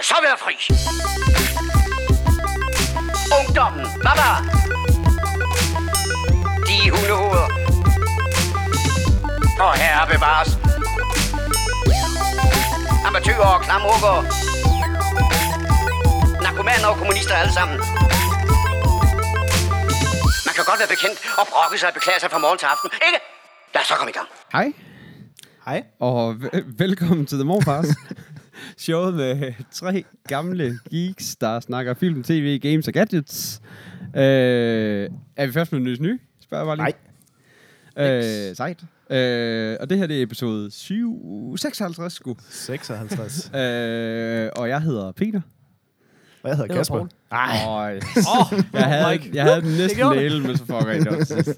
så være fri. Ungdommen, baba. De hundehoveder. Og herre bevares. Amatøger og klamrukker. Narkomaner og kommunister alle sammen. Man kan godt være bekendt og brokke sig og beklage sig fra morgen til aften, ikke? Lad os så komme i gang. Hej. Hej. Og velkommen til The Morfars. Showet med 3 gamle geeks, der snakker film, tv, games og gadgets. Er vi først med Nøs Ny? Spørger jeg bare lige. Nej. Sejt. Og det her det er episode 56 sgu. 56. Og jeg hedder Peter. Og jeg hedder Kasper. Nej. Jeg havde den næsten næle, men så fucker jeg det også sidst.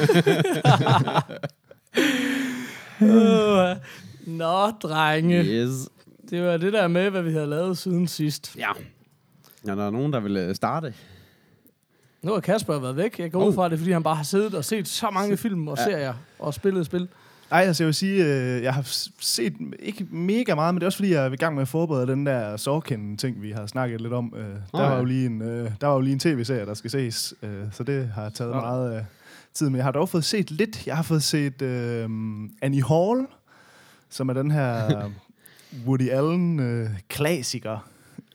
Nå, drenge. Yes. Det var det der med, hvad vi havde lavet siden sidst. Ja. Ja, der er nogen, der vil starte. Nu har Kasper været væk. Jeg går ud fra det, fordi han bare har siddet og set så mange film og serier og spillet spil. Nej, altså jeg vil sige, jeg har set ikke mega meget, men det er også fordi, jeg er i gang med at forberede den der Sorkin-ting, vi har snakket lidt om. Der var jo lige en tv-serie, der skal ses, så det har taget meget tid. Men jeg har dog fået set lidt. Jeg har fået set Annie Hall, som er den her Woody Allen-klassiker.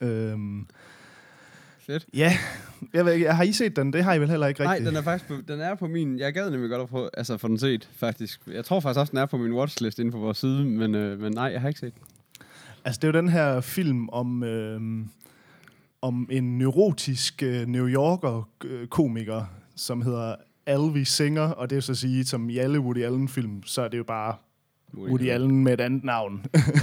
Fedt. Ja, har I set den? Det har I vel heller ikke rigtigt? Nej, den er faktisk den er på min... Jeg gad nemlig godt at prøve, altså få den set, faktisk. Jeg tror faktisk også, den er på min watchlist inde på vores side, men nej, jeg har ikke set den. Altså, det er jo den her film om en neurotisk New Yorker-komiker, som hedder Alvy Singer, og det er så at sige, som i alle Woody Allen-film, så er det jo bare Woody Allen med et andet navn.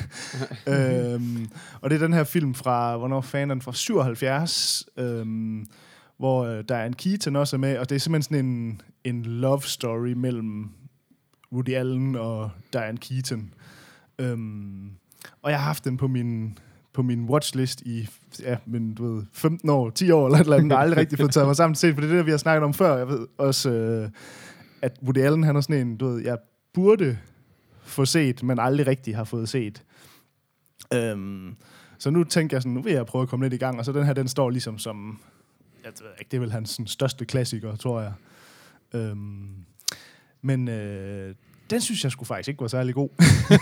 Og det er den her film fra, hvornår fanden er den? Fra 77, hvor Diane Keaton også er med, og det er simpelthen sådan en love story mellem Woody Allen og Diane Keaton. Og jeg har haft den på min watchlist i 15 år, 10 år eller et eller andet, der aldrig rigtig fået taget mig sammen til set, for det er det, vi har snakket om før. Jeg ved også, at Woody Allen, han er sådan en, jeg burde få set, men aldrig rigtig har fået set. Så nu tænker jeg sådan, nu vil jeg prøve at komme lidt i gang, og så den her, den står ligesom som, jeg ved ikke, det er vel hans sådan, største klassiker, tror jeg. Men den synes jeg sgu faktisk ikke var særlig god.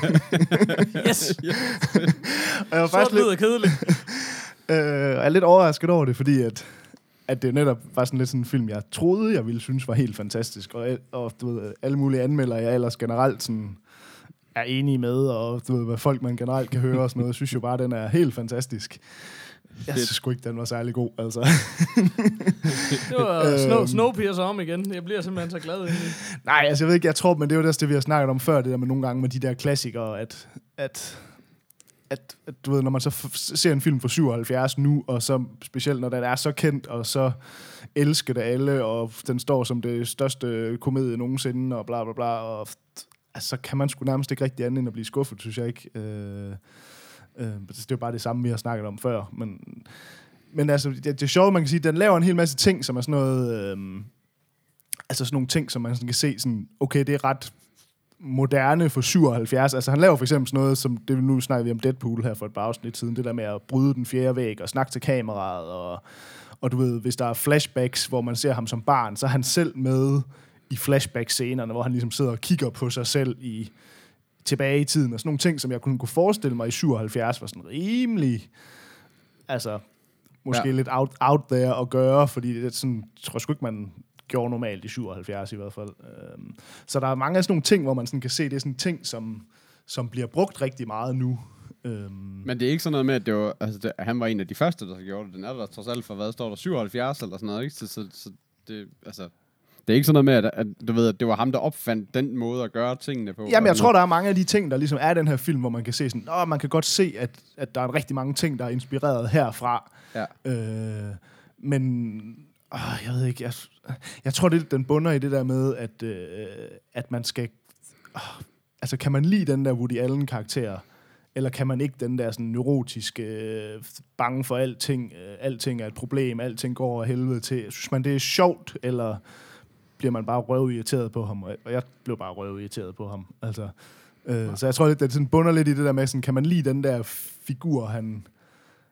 Yes! Og jeg var faktisk lidt kedeligt. jeg er lidt overrasket over det, fordi at det netop var sådan lidt sådan en film, jeg troede, jeg ville synes var helt fantastisk. Og du ved, alle mulige anmeldere, jeg ellers generelt sådan er enige med, og du ved, hvad folk man generelt kan høre og sådan noget, synes jo bare, den er helt fantastisk. Jeg synes sgu ikke, den var særlig god, altså. Det var Snowpiercer om igen. Jeg bliver simpelthen så glad egentlig. Nej, altså jeg ved ikke, jeg tror, men det er jo det, vi har snakket om før, det der med nogle gange med de der klassikere, at du ved, når man så ser en film fra 77 nu, og så specielt når den er så kendt, og så elsker det alle, og den står som det største komedie nogensinde, og bla bla bla, og altså, så kan man sgu nærmest ikke rigtig andet end at blive skuffet, synes jeg ikke. Det er jo bare det samme, vi har snakket om før. Men altså, det er sjovt, man kan sige, den laver en hel masse ting, som er sådan noget... altså sådan nogle ting, som man sådan kan se sådan... Okay, det er ret moderne for 77. Altså han laver for eksempel sådan noget, som... Det, nu snakker vi om Deadpool her for et par afsnit siden. Det der med at bryde den fjerde væg og snakke til kameraet. Og du ved, hvis der er flashbacks, hvor man ser ham som barn, så er han selv med i flashback-scenerne, hvor han ligesom sidder og kigger på sig selv tilbage i tiden, og sådan nogle ting, som jeg kunne forestille mig i 77, var sådan rimelig, altså, måske lidt out there at gøre, fordi det er sådan, tror jeg sgu ikke, man gjorde normalt i 77 i hvert fald. Så der er mange af sådan nogle ting, hvor man sådan kan se, det er sådan ting, som bliver brugt rigtig meget nu. Men det er ikke sådan noget med, at det var, altså, han var en af de første, der gjorde det. Den er der trods alt for, hvad står der, 77 eller sådan noget, ikke? Så det, altså... Det er ikke sådan noget med, at du ved, at det var ham, der opfandt den måde at gøre tingene på. Jamen, jeg tror, der er mange af de ting, der ligesom er den her film, hvor man kan se sådan, man kan godt se, at der er rigtig mange ting, der er inspireret herfra. Ja. Men jeg ved ikke, jeg tror, den bunder i det der med, at man skal... altså, kan man lide den der Woody Allen-karakter, eller kan man ikke den der sådan neurotiske, bange for alting, alting er et problem, alting går over helvede til. Synes man, det er sjovt, eller bliver man bare røvirriteret på ham? Og jeg blev bare røvirriteret på ham. Altså, så jeg tror, det sådan bunder lidt i det der med, sådan, kan man lide den der figur,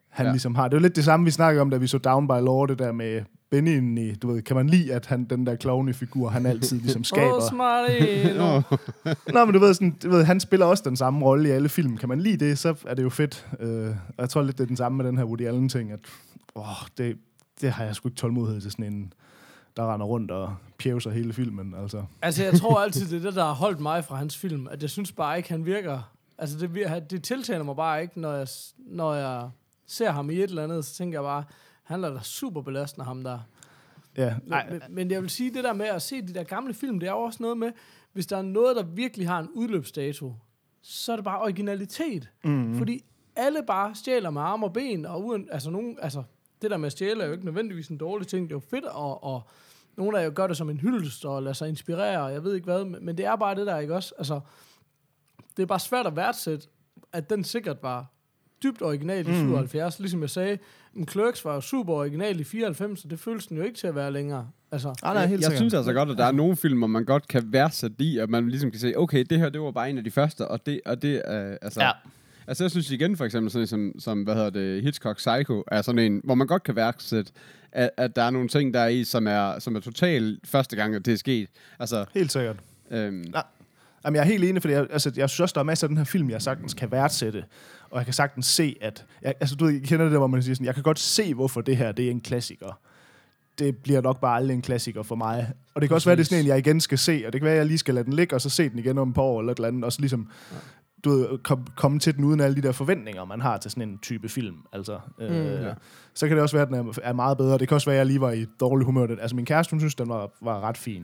han ligesom har. Det er jo lidt det samme, vi snakkede om, da vi så Down by Law, det der med Benny, du ved, kan man lide, at den der klovnefigur, han altid ligesom skaber. Smarty. Nå, men du ved, han spiller også den samme rolle i alle film. Kan man lide det, så er det jo fedt. Og jeg tror lidt, det er den samme med den her Woody Allen-ting, at det har jeg sgu ikke tålmodighed til sådan en, der render rundt og pjævser hele filmen. Altså, jeg tror altid, det er det, der har holdt mig fra hans film, at jeg synes bare ikke, han virker. Altså, det tiltaler mig bare ikke, når jeg ser ham i et eller andet, så tænker jeg bare, han er da super belastende, ham der. Ja. Men jeg vil sige, det der med at se de der gamle film, det er jo også noget med, hvis der er noget, der virkelig har en udløbsdato, så er det bare originalitet. Mm-hmm. Fordi alle bare stjæler med arme og ben, og det der med at stjæle er jo ikke nødvendigvis en dårlig ting, det er jo fedt, og nogen af jer gør det som en hyldest, og lader sig inspirere, og jeg ved ikke hvad, men det er bare det der, ikke også? Altså, det er bare svært at værdsætte, at den sikkert var dybt original i 77, ligesom jeg sagde. Men Clerks var jo super original i 94, så det føles den jo ikke til at være længere. Altså, jeg synes altså godt, at der er nogle film, hvor man godt kan værdsætte i, at man ligesom kan sige, okay, det her, det var bare en af de første, og det altså... Ja. Altså, jeg synes igen, for eksempel, sådan som Hitchcock Psycho, er sådan en, hvor man godt kan værdsætte, at der er nogle ting, der er i, som er totalt første gang, at det er sket. Altså, helt sikkert. Jamen, jeg er helt enig, fordi jeg synes også, der er masser af den her film, jeg sagtens kan værdsætte, og jeg kan sagtens se, at... du ved, jeg kender det der, hvor man siger sådan, jeg kan godt se, hvorfor det her, det er en klassiker. Det bliver nok bare aldrig en klassiker for mig. Og det kan også være, det er sådan en, jeg igen skal se, og det kan være, at jeg lige skal lade den ligge, og så se den igen om et par år, eller et eller andet, og så ligesom... Du ved, komme til den uden alle de der forventninger, man har til sådan en type film. Altså, så kan det også være, at den er meget bedre. Det kan også være, at jeg lige var i dårlig humør. Altså, min kæreste, hun synes, den var ret fin.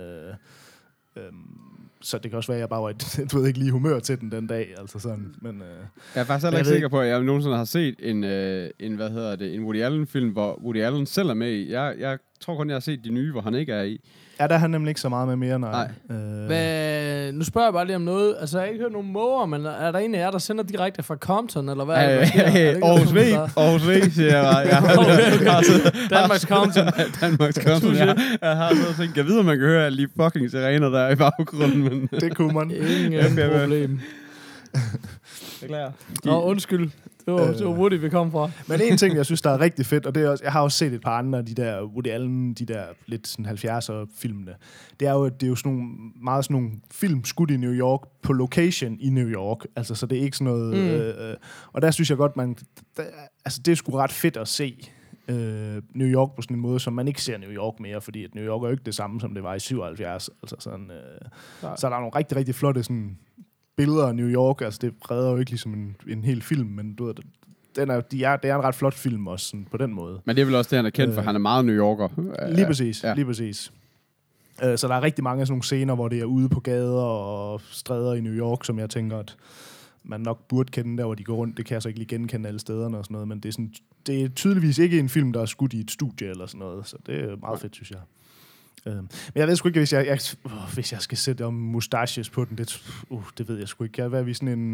Så det kan også være, at jeg bare var du ved, ikke lige humør til den dag. Altså sådan. Men, jeg er faktisk heller ikke sikker på, at jeg nogensinde har set en Woody Allen-film, hvor Woody Allen selv er med i. Jeg tror kun, jeg har set de nye, hvor han ikke er i. Ja, der er han nemlig ikke så meget med mere, nej. Nu spørger jeg bare lige om noget. Altså, jeg har ikke hørt nogen måger, men er der en af jer, der sender direkte fra Compton, eller hvad? Aarhus V, siger jeg bare. Danmarks Compton. Danmarks Compton, ja. Jeg har så tænkt, jeg ved, at man kan høre alle de fucking sirener, der er i baggrunden. Men det kunne man. Ingen problem. Beklager. Undskyld. Det var Woody, vi kom fra. Men en ting, jeg synes, der er rigtig fedt, og det er også, jeg har også set et par andre af de der Woody Allen, de der lidt sådan 70'er-filmene. Det er jo sådan nogle, meget sådan nogle film skudt i New York, på location i New York. Altså, så det er ikke sådan noget... og der synes jeg godt, det er sgu ret fedt at se New York på sådan en måde, som man ikke ser New York mere, fordi at New York er jo ikke det samme, som det var i 77. Altså sådan, så der er nogle rigtig, rigtig flotte sådan... billeder af New York, altså det redder jo ikke ligesom en hel film, men du ved, det er en ret flot film også, sådan, på den måde. Men det er vel også det, han er kendt for, han er meget New Yorker. Lige præcis. Så der er rigtig mange af sådan nogle scener, hvor det er ude på gader og stræder i New York, som jeg tænker, at man nok burde kende der, hvor de går rundt. Det kan jeg så ikke lige genkende alle stederne og sådan noget, men det er tydeligvis ikke en film, der er skudt i et studie eller sådan noget, så det er meget fedt, synes jeg. Men jeg ved sgu ikke, hvis jeg skal sætte om mustaches på den, det ved jeg sgu ikke. Hvad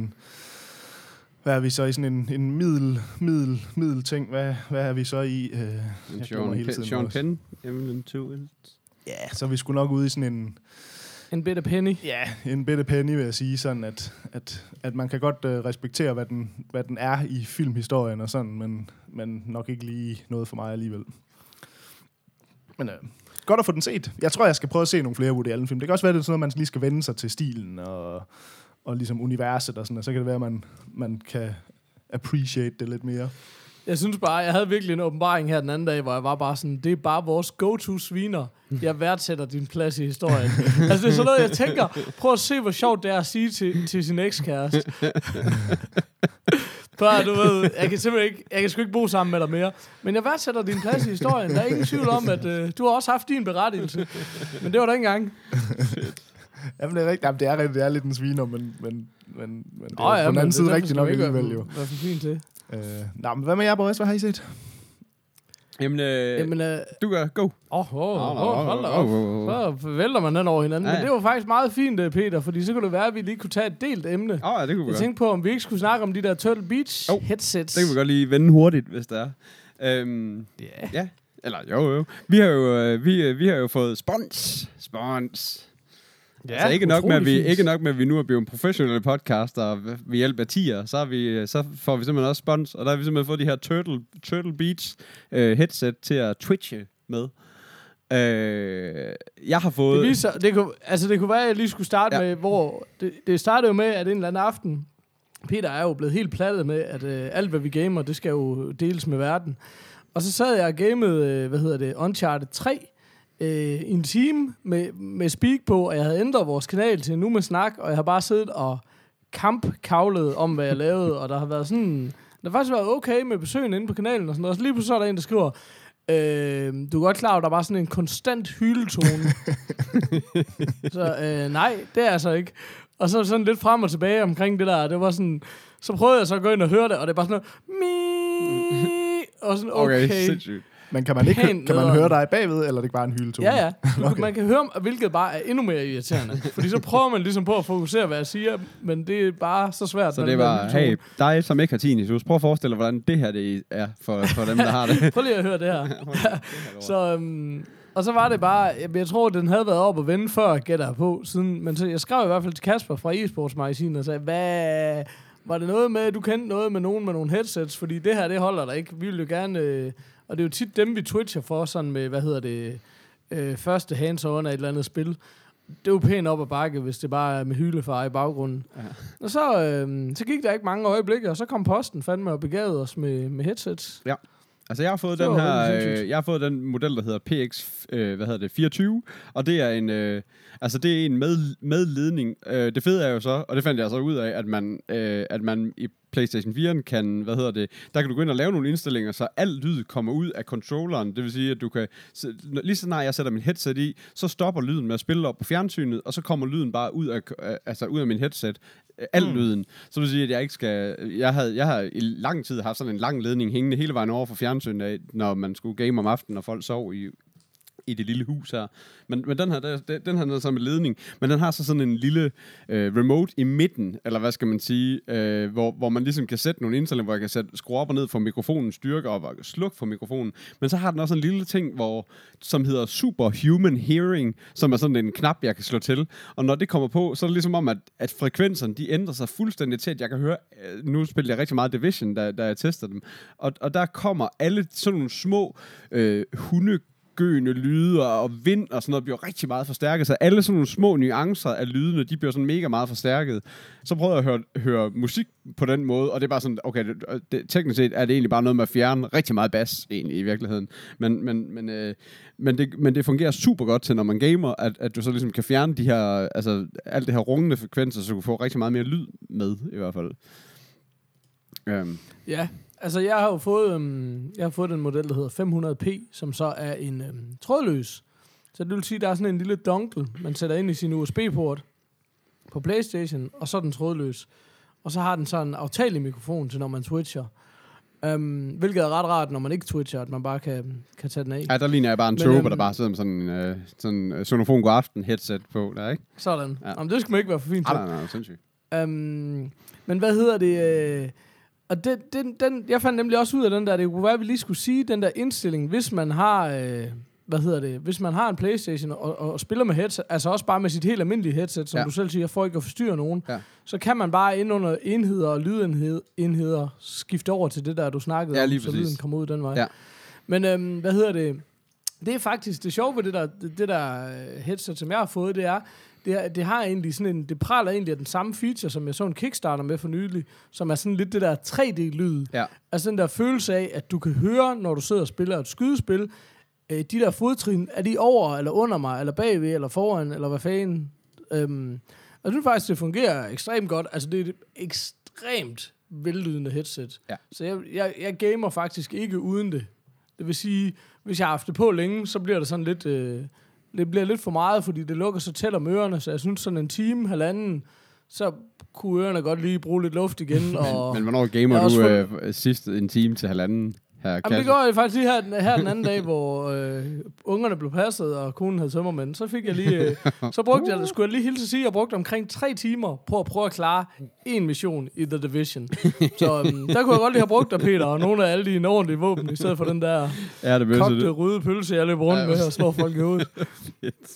er vi så i sådan en middel ting? Hvad er vi så i? Sean Penn. Ja, så er vi sgu nok ude i sådan en bitte penny. Ja, en bitte penny, vil jeg sige. Sådan at man kan godt respektere, hvad den er i filmhistorien og sådan, men nok ikke lige noget for mig alligevel. Men godt at få den set. Jeg tror, jeg skal prøve at se nogle flere Woody Allen-film. Det kan også være, det er sådan noget, man lige skal vende sig til stilen og ligesom universet og sådan, og så kan det være, at man kan appreciate det lidt mere. Jeg synes bare, jeg havde virkelig en åbenbaring her den anden dag, hvor jeg var bare sådan, det er bare vores go-to-sviner. Jeg værdsætter din plads i historien. Altså, det er sådan noget, jeg tænker, prøv at se, hvor sjovt det er at sige til sin ekskæreste. Bare, du ved, jeg kan sgu ikke bo sammen med dig mere. Men jeg værdsætter din plads i historien. Der er ingen tvivl om, at du har også haft din berettigelse. Men det var dengang. Jamen, det er rigtigt. Jamen, det er lidt en sviner, men det er på den anden side rigtigt nok alligevel jo. Hvad for fint det. Men hvad med jer, boys? Hvad har I set? Jamen, du gør, go. Hold da op. Så vælter man den over hinanden. Ja. Men det var faktisk meget fint, Peter, fordi så kunne det være, at vi lige kunne tage et delt emne. Ja, det kunne vi Jeg tænkte på, om vi ikke skulle snakke om de der Turtle Beach headsets. Det kan vi godt lige vende hurtigt, hvis det er. Ja. Eller jo. Vi har jo fået spons. Ja, altså ikke nok med, at vi nu er blevet professionelle podcaster ved hjælp af tier, så får vi simpelthen også spons, og der har vi simpelthen fået de her Turtle Beats headset til at twitche med. Jeg har fået... Det kunne være, at jeg lige skulle starte med, hvor... Det startede jo med, at en eller anden aften, Peter er jo blevet helt plattet med, at alt, hvad vi gamer, det skal jo deles med verden. Og så sad jeg og gamede, Uncharted 3, i en time med speak på, og jeg havde ændret vores kanal til Nu med Snak, og jeg har bare siddet og kampkavlet om, hvad jeg lavede, og der har været sådan... Der har faktisk været okay med besøgende inde på kanalen og sådan noget, og så lige pludselig er der en, der skriver, du er godt klar over, at der var sådan en konstant hyletone. Så nej, det er altså ikke. Og så sådan lidt frem og tilbage omkring det der, det var sådan... Så prøvede jeg så at gå ind og høre det, og det er bare sådan noget... og sådan, okay. Sindssygt. Men kan man høre dig bagved, eller er det bare en hyletone? Ja. Okay. Man kan høre, hvilket bare er endnu mere irriterende. Fordi så prøver man ligesom på at fokusere, hvad jeg siger, men det er bare så svært. Så det var, hey, dig som ikke har tinnitus, prøv at forestille dig, hvordan det her det er for dem, der har det. Prøv lige at høre det her. Så, og så var det bare, jeg tror, den havde været op og vende før, gætter jeg på, siden, men så jeg skrev i hvert fald til Kasper fra eSports Magazine og sagde, hvad... Var det noget med, du kendte noget med nogen med nogle headsets? Fordi det her, det holder der ikke. Vi vil jo gerne... og det er jo tit dem, vi twitcher for, sådan med, første hands-on af et eller andet spil. Det er jo pænt op ad bakke, hvis det bare er med hylefar i baggrunden. Ja. Og så gik der ikke mange øjeblikke, og så kom posten fandme og begavede os med headsets. Ja. Altså jeg har fået den model, der hedder PX 24, og det er en med ledning. Det fede er jo så, og det fandt jeg så ud af, at man i PlayStation 4 kan, der kan du gå ind og lave nogle indstillinger, så al lyd kommer ud af controlleren. Det vil sige, at du kan, lige så snart jeg sætter min headset i, så stopper lyden med at spille op på fjernsynet, og så kommer lyden bare ud af min headset. Al lyden. Så vil sige, at jeg ikke skal... Jeg har i lang tid haft sådan en lang ledning hængende hele vejen over for fjernsynet, når man skulle game om aftenen, og folk sov i det lille hus her. Men den her så med ledning, men den har så sådan en lille remote i midten, eller hvad skal man sige, hvor man ligesom kan sætte nogle indstillinger, hvor jeg kan skrue op og ned for mikrofonens styrke og slukke for mikrofonen. Men så har den også en lille ting, som hedder Superhuman Hearing, som er sådan en knap, jeg kan slå til. Og når det kommer på, så er det ligesom om, at frekvenserne, de ændrer sig fuldstændig til, at jeg kan høre, nu spiller jeg rigtig meget Division, da jeg tester dem, og der kommer alle sådan nogle små hundegøende lyde og vind og sådan noget bliver rigtig meget forstærket, så alle sådan nogle små nuancer af lydene, de bliver sådan mega meget forstærket. Så prøvede jeg at høre musik på den måde, og det er bare sådan, okay, teknisk set er det egentlig bare noget med at fjerne rigtig meget bas egentlig i virkeligheden. Men det fungerer super godt til, når man gamer, at du så ligesom kan fjerne de her, altså alt det her rungende frekvenser, så du kan få rigtig meget mere lyd med, i hvert fald. Ja, altså jeg har fået den model, der hedder 500p, som så er en trådløs. Så det vil sige, at der er sådan en lille dongle, man sætter ind i sin USB-port på PlayStation, og så er den trådløs. Og så har den sådan en aftagelig mikrofon til, når man twitcher. Hvilket er ret rart, når man ikke twitcher, at man bare kan tage den af. Ja, der ligner jeg bare en trope, der bare sidder med sådan en sonofon god aften headset på, der, ikke? Sådan. Ja. Jamen, det skal man ikke være for fint til. Nej, sindssygt. Men hvad hedder det... Og jeg fandt nemlig også ud af den der, det kunne være, at vi lige skulle sige, den der indstilling, hvis man har, hvis man har en PlayStation og spiller med headset, altså også bare med sit helt almindelige headset, som du selv siger, for ikke at forstyrre nogen, så kan man bare ind under enheder og lydenheder skifte over til det der, du snakkede om, så lyden kommer ud den vej. Ja. Men det er faktisk det sjove ved det der headset, som jeg har fået, det har egentlig sådan en, det praler egentlig af den samme feature, som jeg så en Kickstarter med for nylig, som er sådan lidt det der 3D-lyd. Ja. Altså den der følelse af, at du kan høre, når du sidder og spiller et skydespil, de der fodtrin, er de over eller under mig, eller bagved, eller foran, eller hvad fanden. Jeg synes faktisk, det fungerer ekstremt godt. Altså det er et ekstremt vellydende headset. Ja. Så jeg gamer faktisk ikke uden det. Det vil sige, hvis jeg har haft det på længe, så bliver det sådan lidt... Det bliver lidt for meget, fordi det lukker så tæt om ørerne, så jeg synes sådan en time, halvanden, så kunne ørerne godt lige bruge lidt luft igen. Og men hvornår gamer du sidst en time til halvanden? Jamen, det går jeg faktisk lige her den anden dag, hvor ungerne blev passet, og konen havde tømmermænd. Så fik jeg lige... skulle jeg lige hilse at sige, at jeg brugte omkring 3 timer på at prøve at klare en mission i The Division. Så der kunne jeg godt lige have brugt dig, Peter, og nogle af alle de ordentlige våben, i stedet for den der kogte røde pølse, jeg løber rundt med og slår folk i hovedet.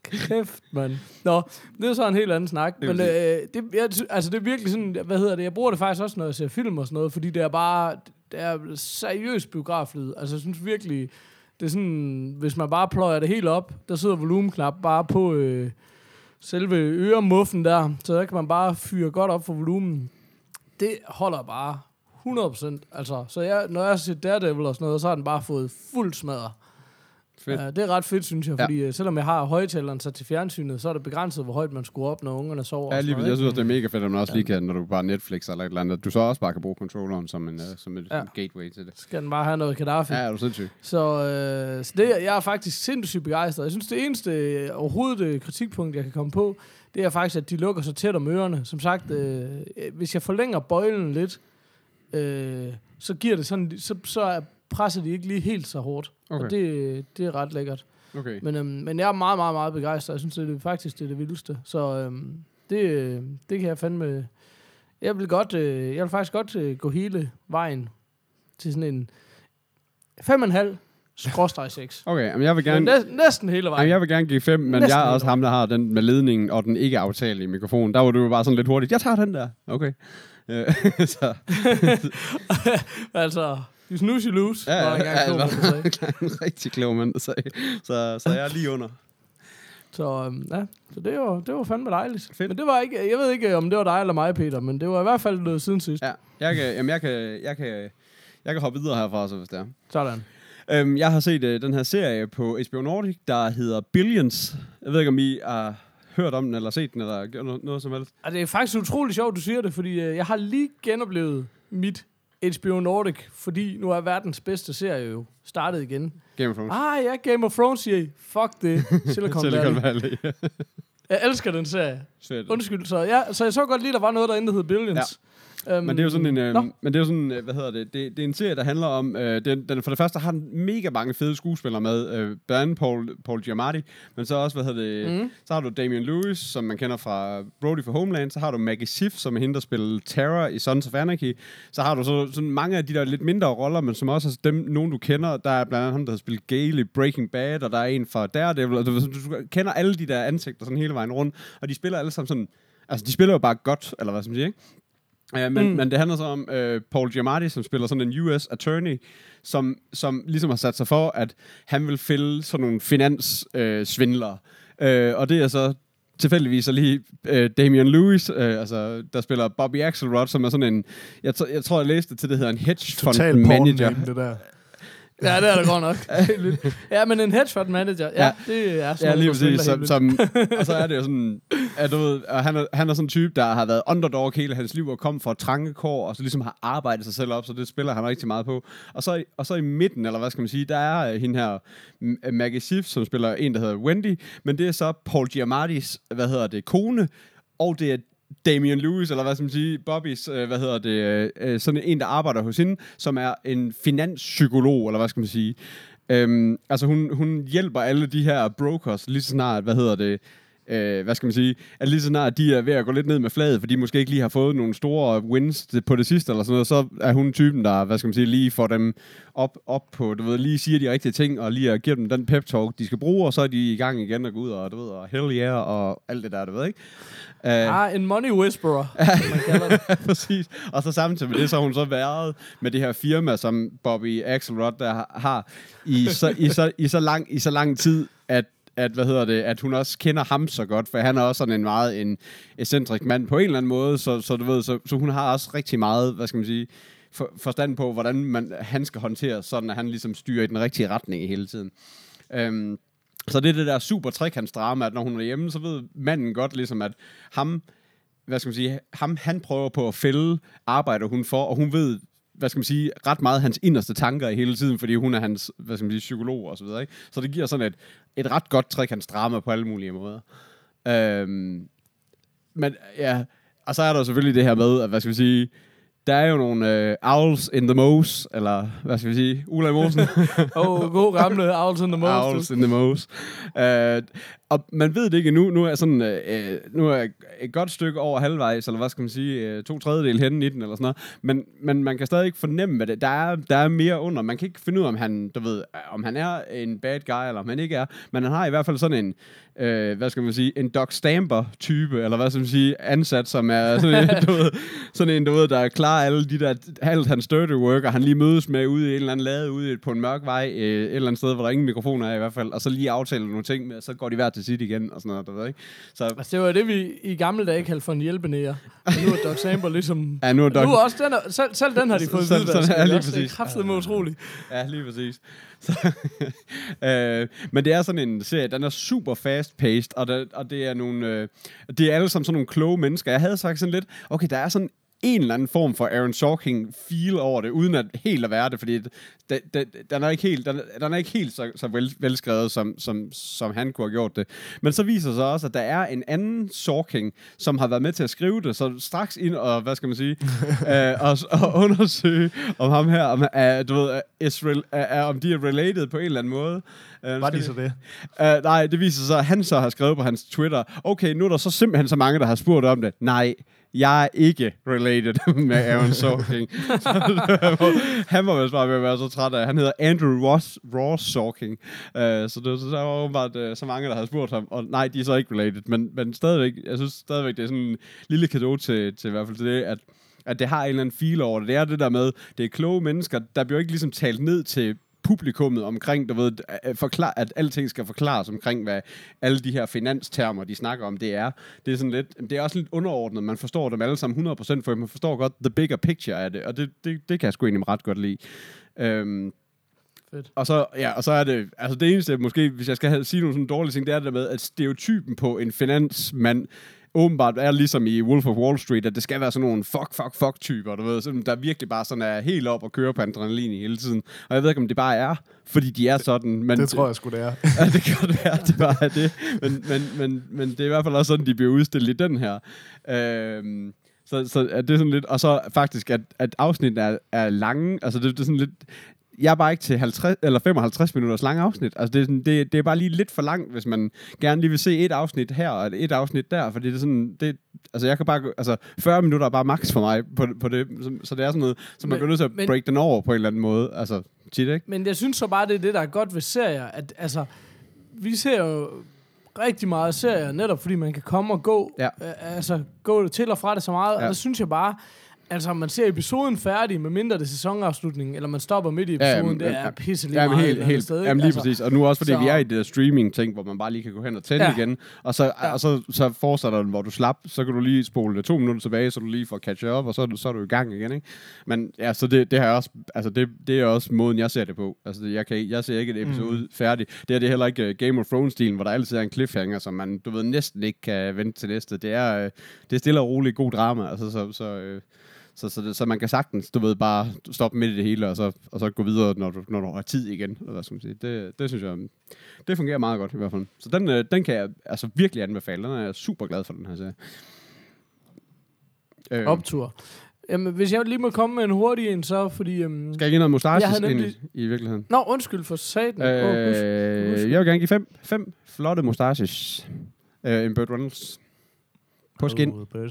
Kæft, mand. Nå, det er så en helt anden snak. Men det er virkelig sådan, jeg bruger det faktisk også, når jeg ser film og sådan noget, fordi det er bare, det er seriøst biograflyd. Altså, jeg synes virkelig, det er sådan, hvis man bare pløjer det helt op, der sidder volumenknap bare på selve øremuffen der, så der kan man bare fyre godt op for volumen. Det holder bare 100%. Altså, så når jeg ser Daredevil og sådan noget, så har den bare fået fuld smadret. Det er ret fedt, synes jeg, fordi selvom jeg har højtaleren sat til fjernsynet, så er det begrænset, hvor højt man skruer op, når ungerne sover. Ja, lige jeg synes, det er mega fedt, at man også lige kan, når du bare Netflix eller et eller andet, du så også bare kan bruge controlleren som en gateway til det. Skal den bare have noget Gaddafi. Ja, er du sindssygt. Så det, jeg er faktisk sindssygt begejstret. Jeg synes, det eneste overhovedet kritikpunkt, jeg kan komme på, det er faktisk, at de lukker så tæt om ørerne. Som sagt, hvis jeg forlænger bøjlen lidt, så giver det sådan, så presser de ikke lige helt så hårdt. Okay. Og det er ret lækkert. Okay. Men jeg er meget, meget, meget begejstret. Jeg synes, det er faktisk det vildeste. Så det kan jeg fandme... Jeg vil faktisk godt gå hele vejen til sådan en 5,5/6. Okay, men jeg vil gerne... Næsten hele vejen. Jamen, jeg vil gerne give 5, men næsten jeg er også ham, der har den med ledningen og den ikke aftagelige mikrofon. Der var du bare sådan lidt hurtigt. Jeg tager den der. Okay. Så. Altså... You snooze, you lose. Ja, en rigtig klog mand, så jeg er lige under. Så det var fandme dejligt. Fedt. Men det var ikke, jeg ved ikke, om det var dig eller mig, Peter, men det var i hvert fald noget siden sidst. Ja, jeg kan hoppe videre herfra, så hvis det er. Sådan. Jeg har set den her serie på HBO Nordic, der hedder Billions. Jeg ved ikke, om I har hørt om den, eller set den, eller gjort noget som helst. Og det er faktisk utroligt sjovt, du siger det, fordi jeg har lige genoplevet mit HBO Nordic, fordi nu er verdens bedste serie jo startet igen. Game of Thrones. Ja, Game of Thrones siger I. Fuck det. Silicon Valley. Jeg elsker den serie. Undskyld. Så jeg så godt lige, der var noget derinde, der hed Billions. Ja. Men det er jo sådan hvad hedder det? Det er en serie, der handler om den for det første har den mega mange fede skuespillere med, blandt Paul Giamatti, men så også så har du Damian Lewis, som man kender fra Brody for Homeland, så har du Maggie Schiff, som er hende, der spiller Tara i Sons of Anarchy, så har du sådan mange af de der lidt mindre roller, men som også er nogen du kender. Der er blandt andet ham, der har spillet Gale i Breaking Bad, og der er en fra Daredevil, og du kender alle de der ansigter sådan hele vejen rundt, og de spiller alle sammen sådan, altså de spiller jo bare godt, eller hvad skal man sige, ikke? Ja, men det handler så om Paul Giamatti, som spiller sådan en US attorney, som ligesom har sat sig for, at han vil fælde sådan nogle finanssvindlere. Og det er så tilfældigvis så lige Damian Lewis, der spiller Bobby Axelrod, som er sådan en, jeg tror, jeg læste til, det hedder en hedge fund manager. Det der. Ja, det er der godt nok. Ja, men en hedge fund manager, det er sådan lige præcis. Og så er det jo sådan, at du ved, han er sådan en type, der har været underdog hele hans liv og kom fra trange kår, og så ligesom har arbejdet sig selv op, så det spiller han rigtig meget på. Og så i midten, eller hvad skal man sige, der er hende her, Maggie Schiff, som spiller en, der hedder Wendy, men det er så Paul Giamattis, kone, og det er Damian Lewis, eller hvad skal man sige, Bobbys, sådan en, der arbejder hos hende, som er en finanspsykolog, eller hvad skal man sige. Altså hun hjælper alle de her brokers lige så snart, hvad skal man sige, at lige så snart de er ved at gå lidt ned med flaget, fordi de måske ikke lige har fået nogle store wins på det sidste, eller sådan noget, så er hun typen, der, hvad skal man sige, lige får dem op på, du ved, lige siger de rigtige ting, og lige giver dem den pep-talk, de skal bruge, og så er de i gang igen og gå ud, og du ved, og hell yeah, og alt det der, du ved, ikke? En money whisperer, som man kalder det. Præcis. Og så samtidig med det, så har hun så været med det her firma, som Bobby Axelrod der har i så lang tid, at hun også kender ham så godt, for han er også sådan en excentrik mand på en eller anden måde, så du ved, så hun har også rigtig meget, hvad skal man sige, forstand på, hvordan han skal håndtere, sådan at han ligesom styrer i den rigtige retning i hele tiden. Så det er det der super trekantsdrama, at når hun er hjemme, så ved manden godt ligesom, at ham, hvad skal man sige, han prøver på at fælde, arbejder hun for, og hun ved, hvad skal man sige, ret meget hans inderste tanker i hele tiden, fordi hun er hans, hvad skal man sige, psykolog og så videre, ikke? Så det giver sådan et ret godt trekantsdrama på alle mulige måder. Men ja, og så er der selvfølgelig det her med, at, hvad skal man sige, der er jo nogle owls in the mose, eller hvad skal vi sige, Ulla Mosen. God gamle Owls in the Mose. Owls in the mose. Og man ved det ikke endnu. Nu er sådan, nu er et godt stykke over halvvejs, eller hvad skal man sige, 2/3 henne i den, eller sådan noget. Men man kan stadig ikke fornemme, hvad det der er mere under. Man kan ikke finde ud af, om han, om han er en bad guy, eller om han ikke er. Men han har i hvert fald sådan en, hvad skal man sige, en Doc Stamper-type, eller hvad skal man sige, ansat, som er sådan en, der er klar alle de der, alt hans dirty work, og han lige mødes med ude i en eller anden lade, ude på en mørk vej, et eller andet sted, hvor der ingen mikrofoner er i hvert fald, og så lige aftaler nogle ting med, og så går de hver til sit igen, og sådan noget, du ved ikke? Så altså, det var det, vi i gamle dage kaldte for en hjælpenæger. Og nu er Doc Stamper ligesom... Ja, nu også selv den har de fået sådan, videre. ja, lige præcis. Det er kraftedeme utroligt. Ja, lige præcis. Så, men det er sådan en serie, den er super fast-paced, og det er nogle... det er alle sammen sådan nogle kloge mennesker. Jeg havde sagt sådan lidt, okay, der er sådan en eller anden form for Aaron Sorkin feel over det, uden at helt at være det, fordi den er ikke helt så velskrevet, som han kunne have gjort det. Men så viser sig også, at der er en anden Sorkin, som har været med til at skrive det, så straks ind og, hvad skal man sige, og undersøge om ham her, om de er related på en eller anden måde. Var de så det? Nej, det viser sig, at han så har skrevet på hans Twitter, okay, nu er der så simpelthen så mange, der har spurgt om det. Nej, jeg er ikke related med Aaron Sorkin. Han var vist bare ved at være så træt af. Han hedder Andrew Ross Sorkin. Så der var åbenbart så mange, der havde spurgt ham. Og nej, de er så ikke related. Men stadigvæk, jeg synes stadigvæk, det er sådan en lille cadeau til i hvert fald til det, at det har en eller anden feel over det. Det er det der med, det er kloge mennesker, der bliver ikke ligesom talt ned til publikummet omkring, at alting skal forklares omkring, hvad alle de her finanstermer, de snakker om, det er. Det er sådan lidt, det er også lidt underordnet. Man forstår dem alle sammen 100%, for man forstår godt the bigger picture af det, og det kan jeg sgu egentlig ret godt lide. Fedt. Og så er det, altså det eneste, måske, hvis jeg skal sige nogle sådan dårlige ting, det er det med, at stereotypen på en finansmand åbenbart er ligesom i Wolf of Wall Street, at det skal være sådan nogle fuck-typer, du ved, sådan, der virkelig bare sådan er helt op og kører på adrenalin i hele tiden. Og jeg ved ikke, om det bare er, fordi de er sådan. Men det tror jeg sgu, det er. Ja, det kan godt være, det bare er det. Men det er i hvert fald også sådan, de bliver udstillet i den her. Så er det sådan lidt, og så faktisk, at afsnittet er lange, altså det er sådan lidt, jeg er bare ikke til 50 eller 55 minutters lang afsnit. Altså det er bare lige lidt for langt, hvis man gerne lige vil se et afsnit her og et afsnit der, fordi det er sådan, altså jeg kan bare, altså 40 minutter er bare max for mig på det, så det er sådan noget, så man går nødt til at break den over på en eller anden måde, altså tit, ikke? Men jeg synes så bare, det er det, der er godt ved serier, at altså, vi ser jo rigtig meget serier, netop fordi man kan komme og gå, altså gå til og fra det så meget, og der synes jeg bare, altså, man ser episoden færdig, med mindre det er sæsonafslutning, eller man stopper midt i episoden, det er pisselig meget helt sted. Jamen lige præcis. Og nu også, fordi vi er i det der streaming-ting, hvor man bare lige kan gå hen og tænde igen, og så fortsætter den, hvor du slap, så kan du lige spole 2 minutter tilbage, så du lige får catch up, og så er du i gang igen, ikke? Men ja, så det har også, altså det er også måden, jeg ser det på. Altså, jeg ser ikke et episode færdigt. Det er heller ikke Game of Thrones-stilen, hvor der altid er en cliffhanger, som man, du ved, næsten ikke kan vente til næste. Det er stille og roligt god drama, altså så man kan sagtens, du ved, bare stoppe midt i det hele, og så gå videre, når du har tid igen. Eller hvad skal man sige. Det synes jeg, det fungerer meget godt i hvert fald. Så den kan jeg altså virkelig anbefale. Den er jeg super glad for, den her serie. Optur. Jamen, hvis jeg lige må komme med en hurtig en, så fordi... Skal jeg give noget mustaches i virkeligheden? Nå, undskyld for satan. Jeg vil gerne give 5 flotte mustaches. En Burt Reynolds. På skin.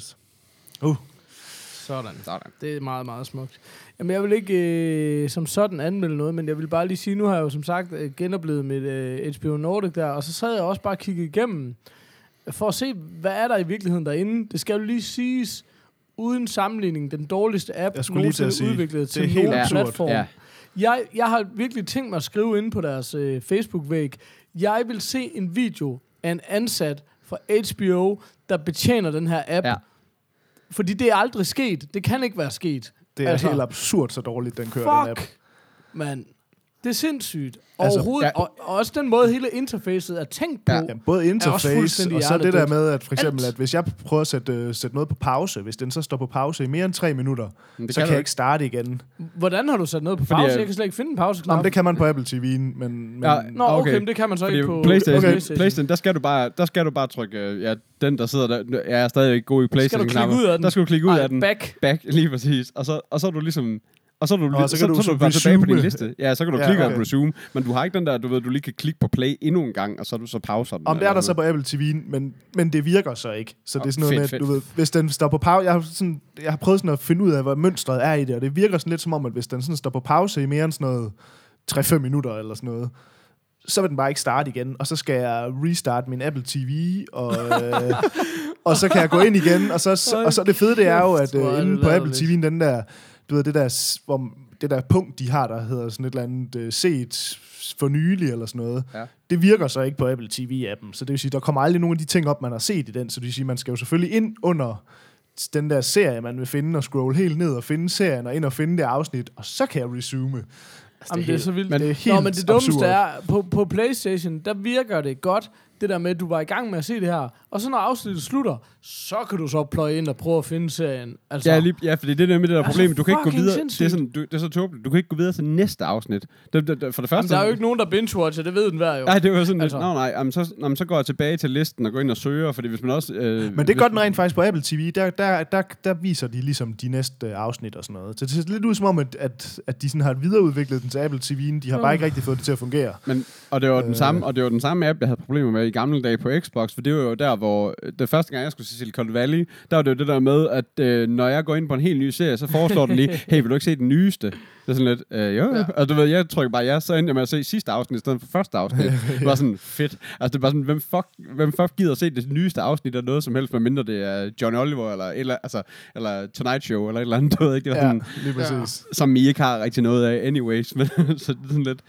Sådan. Det er meget, meget smukt. Jamen, jeg vil ikke som sådan anmelde noget, men jeg vil bare lige sige, nu har jeg jo som sagt genoplevet mit HBO Nordic der, og så sad jeg også bare og kiggede igennem, for at se, hvad er der i virkeligheden derinde. Det skal jo lige siges, uden sammenligning, den dårligste app, nogensinde udviklet til nogen platform. Ja. Jeg har virkelig tænkt mig at skrive inde på deres Facebook-væg, jeg vil se en video af en ansat fra HBO, der betjener den her app. Ja. Fordi det er aldrig sket. Det kan ikke være sket. Det er helt absurd så dårligt, den kører, den app. Man. Det er sindssygt. Altså, Overhovedet, og også den måde, hele interfacet er tænkt på. Ja. Ja, både interface, fuldstændig og så det der hjernedødt. med, at for eksempel, Alt. at hvis jeg prøver at sætte noget på pause, hvis den så står på pause i mere end 3 minutter, Men det så kan kan du jeg ikke starte igen. Hvordan har du sat noget på Fordi, pause? Jeg kan slet ikke finde en pauseknap. Nå, men det kan man på Apple TV'en, men Ja. Nå, okay, men det kan man så Fordi ikke på PlayStation, der skal du bare trykke, den der sidder der, jeg er stadig ikke god i PlayStation. Skal du klikke ud af den? Der skal du klikke ud af den. Back. Lige præcis. Og så er du ligesom... Og så er du, så kan du så er du bare tilbage på din resume. liste. Ja, så kan du klikke og resume. Men du har ikke den der, du lige kan klikke på play endnu en gang, og så er du så pauser den. om det er der så på Apple TV'en, men det virker så ikke. Så det er sådan noget fedt, med, at du ved, hvis den står på pause, jeg har prøvet sådan at finde ud af, hvad mønstret er i det, og det virker sådan lidt som om, at hvis den sådan står på pause i mere end sådan noget 3-5 minutter eller sådan noget, så vil den bare ikke starte igen, og så skal jeg restarte min Apple TV, og så kan jeg gå ind igen, og så det fede, det er jo, at inde på Apple TV'en, den der, du ved, det der punkt, de har, der hedder sådan et eller andet set for nylig, eller sådan noget, det virker så ikke på Apple TV-appen, så det vil sige, der kommer aldrig nogen af de ting op, man har set i den, så det vil sige, man skal jo selvfølgelig ind under den der serie, man vil finde, og scrolle helt ned og finde serien, og ind og finde det afsnit, og så kan jeg resume. Altså, Jamen, det er så vildt. Men det er helt men det dummeste absurd. er, på PlayStation, der virker det godt, det der med, at du var i gang med at se det her, og så når afsnittet slutter, så kan du så pløje ind og prøve at finde serien. Altså, Ja, fordi det er med det der problem, du kan ikke gå fucking videre. sindssygt. Det er så tåbeligt. Du kan ikke gå videre til næste afsnit. For det første... Jamen, der er jo ikke nogen, der binge-watcher, det ved den hver jo. Nej, det var sådan Altså. lidt, så går jeg tilbage til listen og går ind og søger, fordi hvis man også... Men det gør den rent faktisk på Apple TV. Der viser de ligesom de næste afsnit og sådan noget. Så det ser lidt ud som om, at de sådan har videreudviklet den til Apple TV'en. De har bare ikke rigtig fået det til at fungere. Og det var den samme app, jeg havde problemer med i gamle dage på Xbox, for det var jo der, hvor det første gang, jeg skulle til Silicon Valley, der var det jo det der med, at når jeg går ind på en helt ny serie, så foreslår den lige, hey, vil du ikke se den nyeste? Det er sådan lidt, jo. Og du ved, jeg trykker bare ja, så endte jeg med at se sidste afsnit i stedet for første afsnit. Det var sådan fedt. Altså, det var sådan, hvem fuck gider at se det nyeste afsnit af noget som helst, medmindre det er John Oliver, eller Tonight Show, eller et eller andet, du ved ikke. Det var sådan, lige præcis. som I ikke har rigtig noget af anyways, men så det er sådan lidt...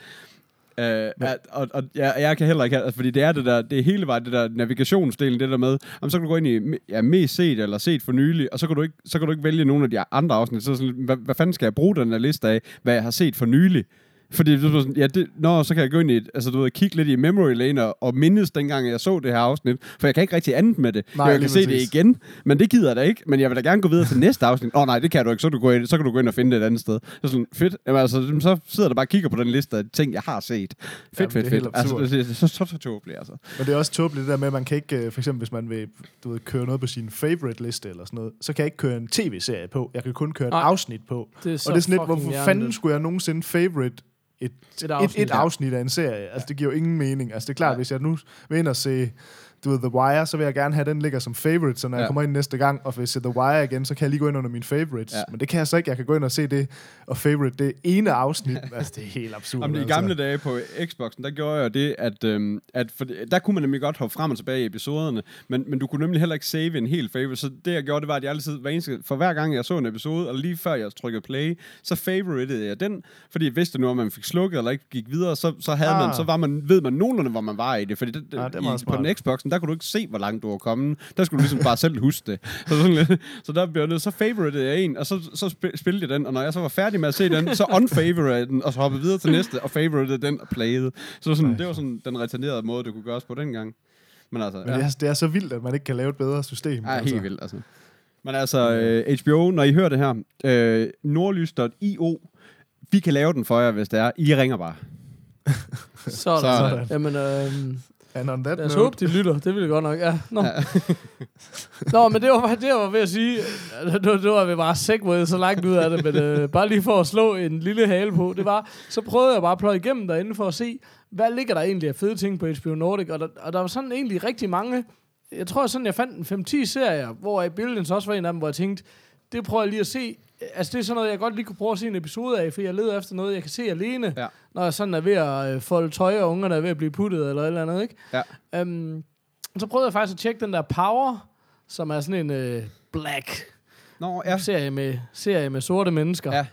jeg kan heller ikke have, fordi det er det der, det er hele vejen, det der navigationsdelen, det der med, så kan du gå ind i mest set eller set for nylig, og så kan du ikke vælge nogle af de andre afsnit, så sådan, hvad fanden skal jeg bruge den der liste af, hvad jeg har set for nylig? Fordi så kan jeg gå ind i kigge lidt i memory lane og mindes dengang jeg så det her afsnit, for jeg kan ikke rigtig andet med det. Jeg kan se det igen, men det gider jeg da ikke, men jeg vil da gerne gå videre til næste afsnit. Nej, det kan du ikke, så kan du gå ind og finde det et andet sted. Så sådan, fedt. Jamen, så sidder der bare og kigger på den liste af ting, jeg har set. Fedt. Altså, det er så tåbeligt, altså. Men det er også tåbeligt det der med, at man kan ikke, for eksempel hvis man vil køre noget på sin favorite liste eller sådan noget, så kan jeg ikke køre en tv-serie på. Jeg kan kun køre et afsnit på. Og det er sådan lidt, hvorfor fanden skulle jeg nogensinde favorite et afsnit af en serie. Altså, det giver jo ingen mening. Altså, det er klart, hvis jeg nu vil ind og se The Wire, så vil jeg gerne have, den ligger som favorite, så når jeg kommer ind næste gang, og vil se The Wire igen, så kan jeg lige gå ind under mine favorites. Ja. Men det kan jeg så ikke. Jeg kan gå ind og se det, og favorite det ene afsnit. Altså, det er helt absurd. Jamen, i gamle dage på Xboxen, der gjorde jeg det, at for der kunne man nemlig godt hoppe frem og tilbage i episoderne, men du kunne nemlig heller ikke save en helt favorite. Så det, jeg gjorde, det var, at jeg altid, for hver gang jeg så en episode, og lige før jeg trykkede play, så favoritede jeg den, fordi jeg vidste nu, om man fik slukket eller ikke gik videre, ved man nogenlunde, hvor man var i det. Fordi på den Xboxen, der kunne du ikke se, hvor langt du var kommet. Der skulle du ligesom bare selv huske det. Så der blev det, så favoritede jeg en, og så spillede jeg den, og når jeg så var færdig med at se den, så unfavoritede den, og så hoppede videre til næste, og favoritede den og playede. Så det var sådan den retarderede måde, det kunne gøres på dengang. Men altså, det er så vildt, at man ikke kan lave et bedre system. Ja, helt vildt, altså. Men altså, HBO, når I hører det her, nordlys.io, vi kan lave den for jer, hvis det er. I ringer bare. Sådan. Jamen, lad os håbe, de lytter. Det vil jeg godt nok. Ja. Nå, men det var ved at sige, det var vi bare segway så langt ud af det, men bare lige for at slå en lille hale på, det var, så prøvede jeg bare at pløje igennem derinde for at se, hvad ligger der egentlig af fede ting på HBO Nordic, og der var sådan egentlig rigtig mange, jeg tror sådan, jeg fandt en 5-10 serier, hvor Billions også var en af dem, hvor jeg tænkte, det prøver jeg lige at se. Altså, det er sådan noget, jeg godt lige kunne prøve at se en episode af, for jeg leder efter noget, jeg kan se alene, når jeg sådan er ved at folde tøj, og ungerne er ved at blive puttet, eller et eller andet, ikke? Ja. Så prøvede jeg faktisk at tjekke den der Power, som er sådan en black serie med sorte mennesker. Ja.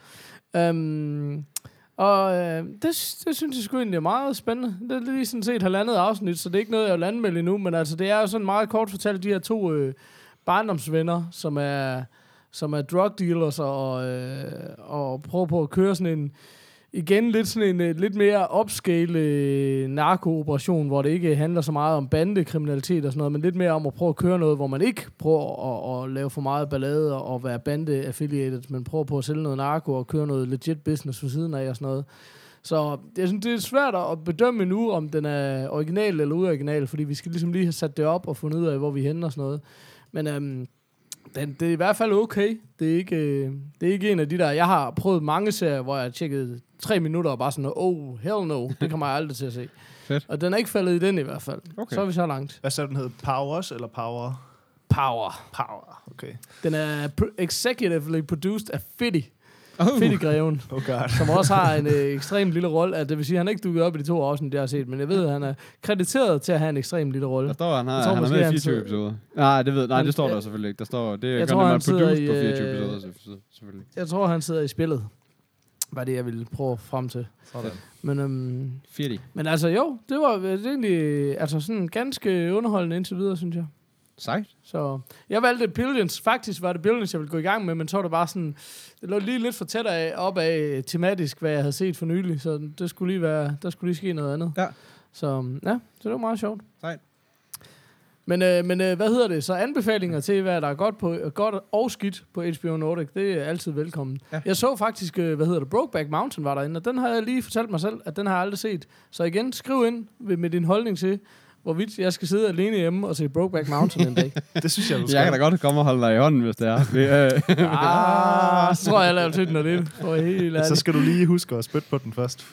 Det synes jeg sgu egentlig er meget spændende. Det er lige sådan set 1,5 afsnit, så det er ikke noget, jeg vil anmelde endnu, men altså, det er jo sådan meget kort fortalt, de her 2 barndomsvenner, som er drug dealers og prøver på at køre sådan igen lidt sådan en lidt mere upscale narkooperation, hvor det ikke handler så meget om bandekriminalitet og sådan noget, men lidt mere om at prøve at køre noget, hvor man ikke prøver at lave for meget ballade og være bande-affiliated, men prøver på at sælge noget narko og køre noget legit business for siden af og sådan noget. Så jeg synes, det er svært at bedømme nu, om den er original eller uoriginal, fordi vi skal ligesom lige have sat det op og fundet ud af, hvor vi er henne og sådan noget. Men det er i hvert fald okay. Det er ikke en af de der... Jeg har prøvet mange serier, hvor jeg har tjekket 3 minutter og bare sådan, oh, hell no, det kommer jeg aldrig til at se. Fedt. Og den er ikke faldet i den i hvert fald. Okay. Så er vi så langt. Hvad så den hedder? Powers eller Power? Power. Okay. Den er executively produced af Fiddy-greven, som også har en ekstrem lille rolle. Det vil sige, at han ikke dukket op i de 2 afsnit, det jeg har set, men jeg ved, at han er krediteret til at have en ekstrem lille rolle. Der står, han er med i 24 episoder. Nej, det står der selvfølgelig ikke. Der står, det er godt, at man produced på 24 episoder, selvfølgelig. Jeg tror, han sidder i spillet. Var det, jeg ville prøve frem til. Sådan. Men altså jo, det var egentlig altså sådan ganske underholdende indtil videre, synes jeg. Sejt. Så jeg valgte Billions. Faktisk var det Billions, jeg ville gå i gang med, men så var det bare sådan, det lå lige lidt for tæt op af tematisk, hvad jeg havde set for nylig, så det skulle lige være, der skulle lige ske noget andet. Ja. Så ja, så det var meget sjovt. Sejt. Men hvad hedder det? Så anbefalinger til, hvad der er godt og skidt på HBO Nordic, det er altid velkommen. Ja. Jeg så faktisk, Brokeback Mountain var derinde, og den har jeg lige fortalt mig selv, at den har jeg aldrig set. Så igen, skriv ind med din holdning til, hvorvidt jeg skal sidde alene hjemme og se Brokeback Mountain en dag. Det synes jeg, du skal. Jeg kan da godt komme og holde dig i hånden, hvis det er. Så tror jeg laver til den og det. Så skal du lige huske at spytte på den først.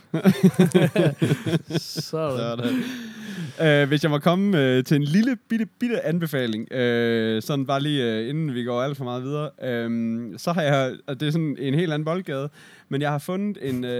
Sådan. Hvis jeg må komme til en lille bitte anbefaling, sådan bare lige inden vi går alt for meget videre, så har jeg, og det er sådan en helt anden boldgade, men jeg har fundet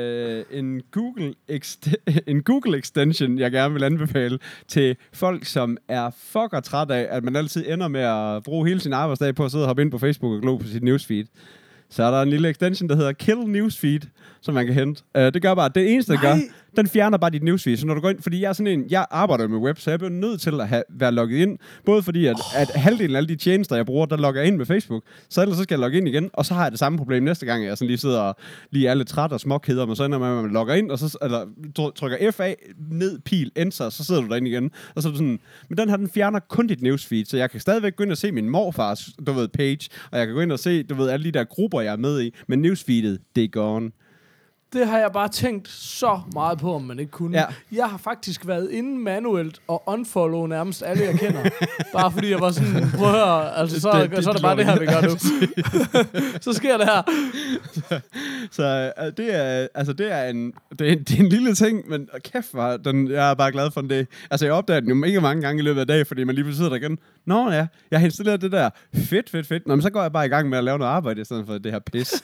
en Google extension, jeg gerne vil anbefale til folk, som er fucker træt af, at man altid ender med at bruge hele sin arbejdsdag på at sidde og hoppe ind på Facebook og glo på sit newsfeed. Så er der en lille extension, der hedder Kill Newsfeed, som man kan hente. Det gør bare, det eneste, det gør, den fjerner bare dit newsfeed. Så når du går ind, fordi jeg arbejder med web, så jeg bliver nødt til at være logget ind. Både fordi, at halvdelen af alle de tjenester, jeg bruger, der logger ind med Facebook. Så ellers så skal jeg logge ind igen, og så har jeg det samme problem næste gang, jeg sådan lige sidder og lige er lidt træt og småkeder, men så ender man logger ind, og så trykker FA, ned, pil, enter, så sidder du derinde igen. Og så er du sådan, men den fjerner kun dit newsfeed, så jeg kan stadigvæk gå ind og se min morfars, page, og jeg kan gå ind og se, alle de der grupper, jeg er med i, men newsfeedet, det er gone. Det har jeg bare tænkt så meget på, om man ikke kunne. Ja. Jeg har faktisk været inde manuelt og unfollow nærmest alle, jeg kender. Bare fordi jeg var sådan, prøv at høre, altså, så er det bare det her, vi gør nu. Så sker det her. Så det er en lille ting, men kæft, jeg er bare glad for det. Altså, jeg opdager den jo ikke mange gange i løbet af dagen, fordi man lige pludselig sidder der igen. Nå ja, jeg har installeret det der. Fedt. Nå, men så går jeg bare i gang med at lave noget arbejde, i stedet for det her pis.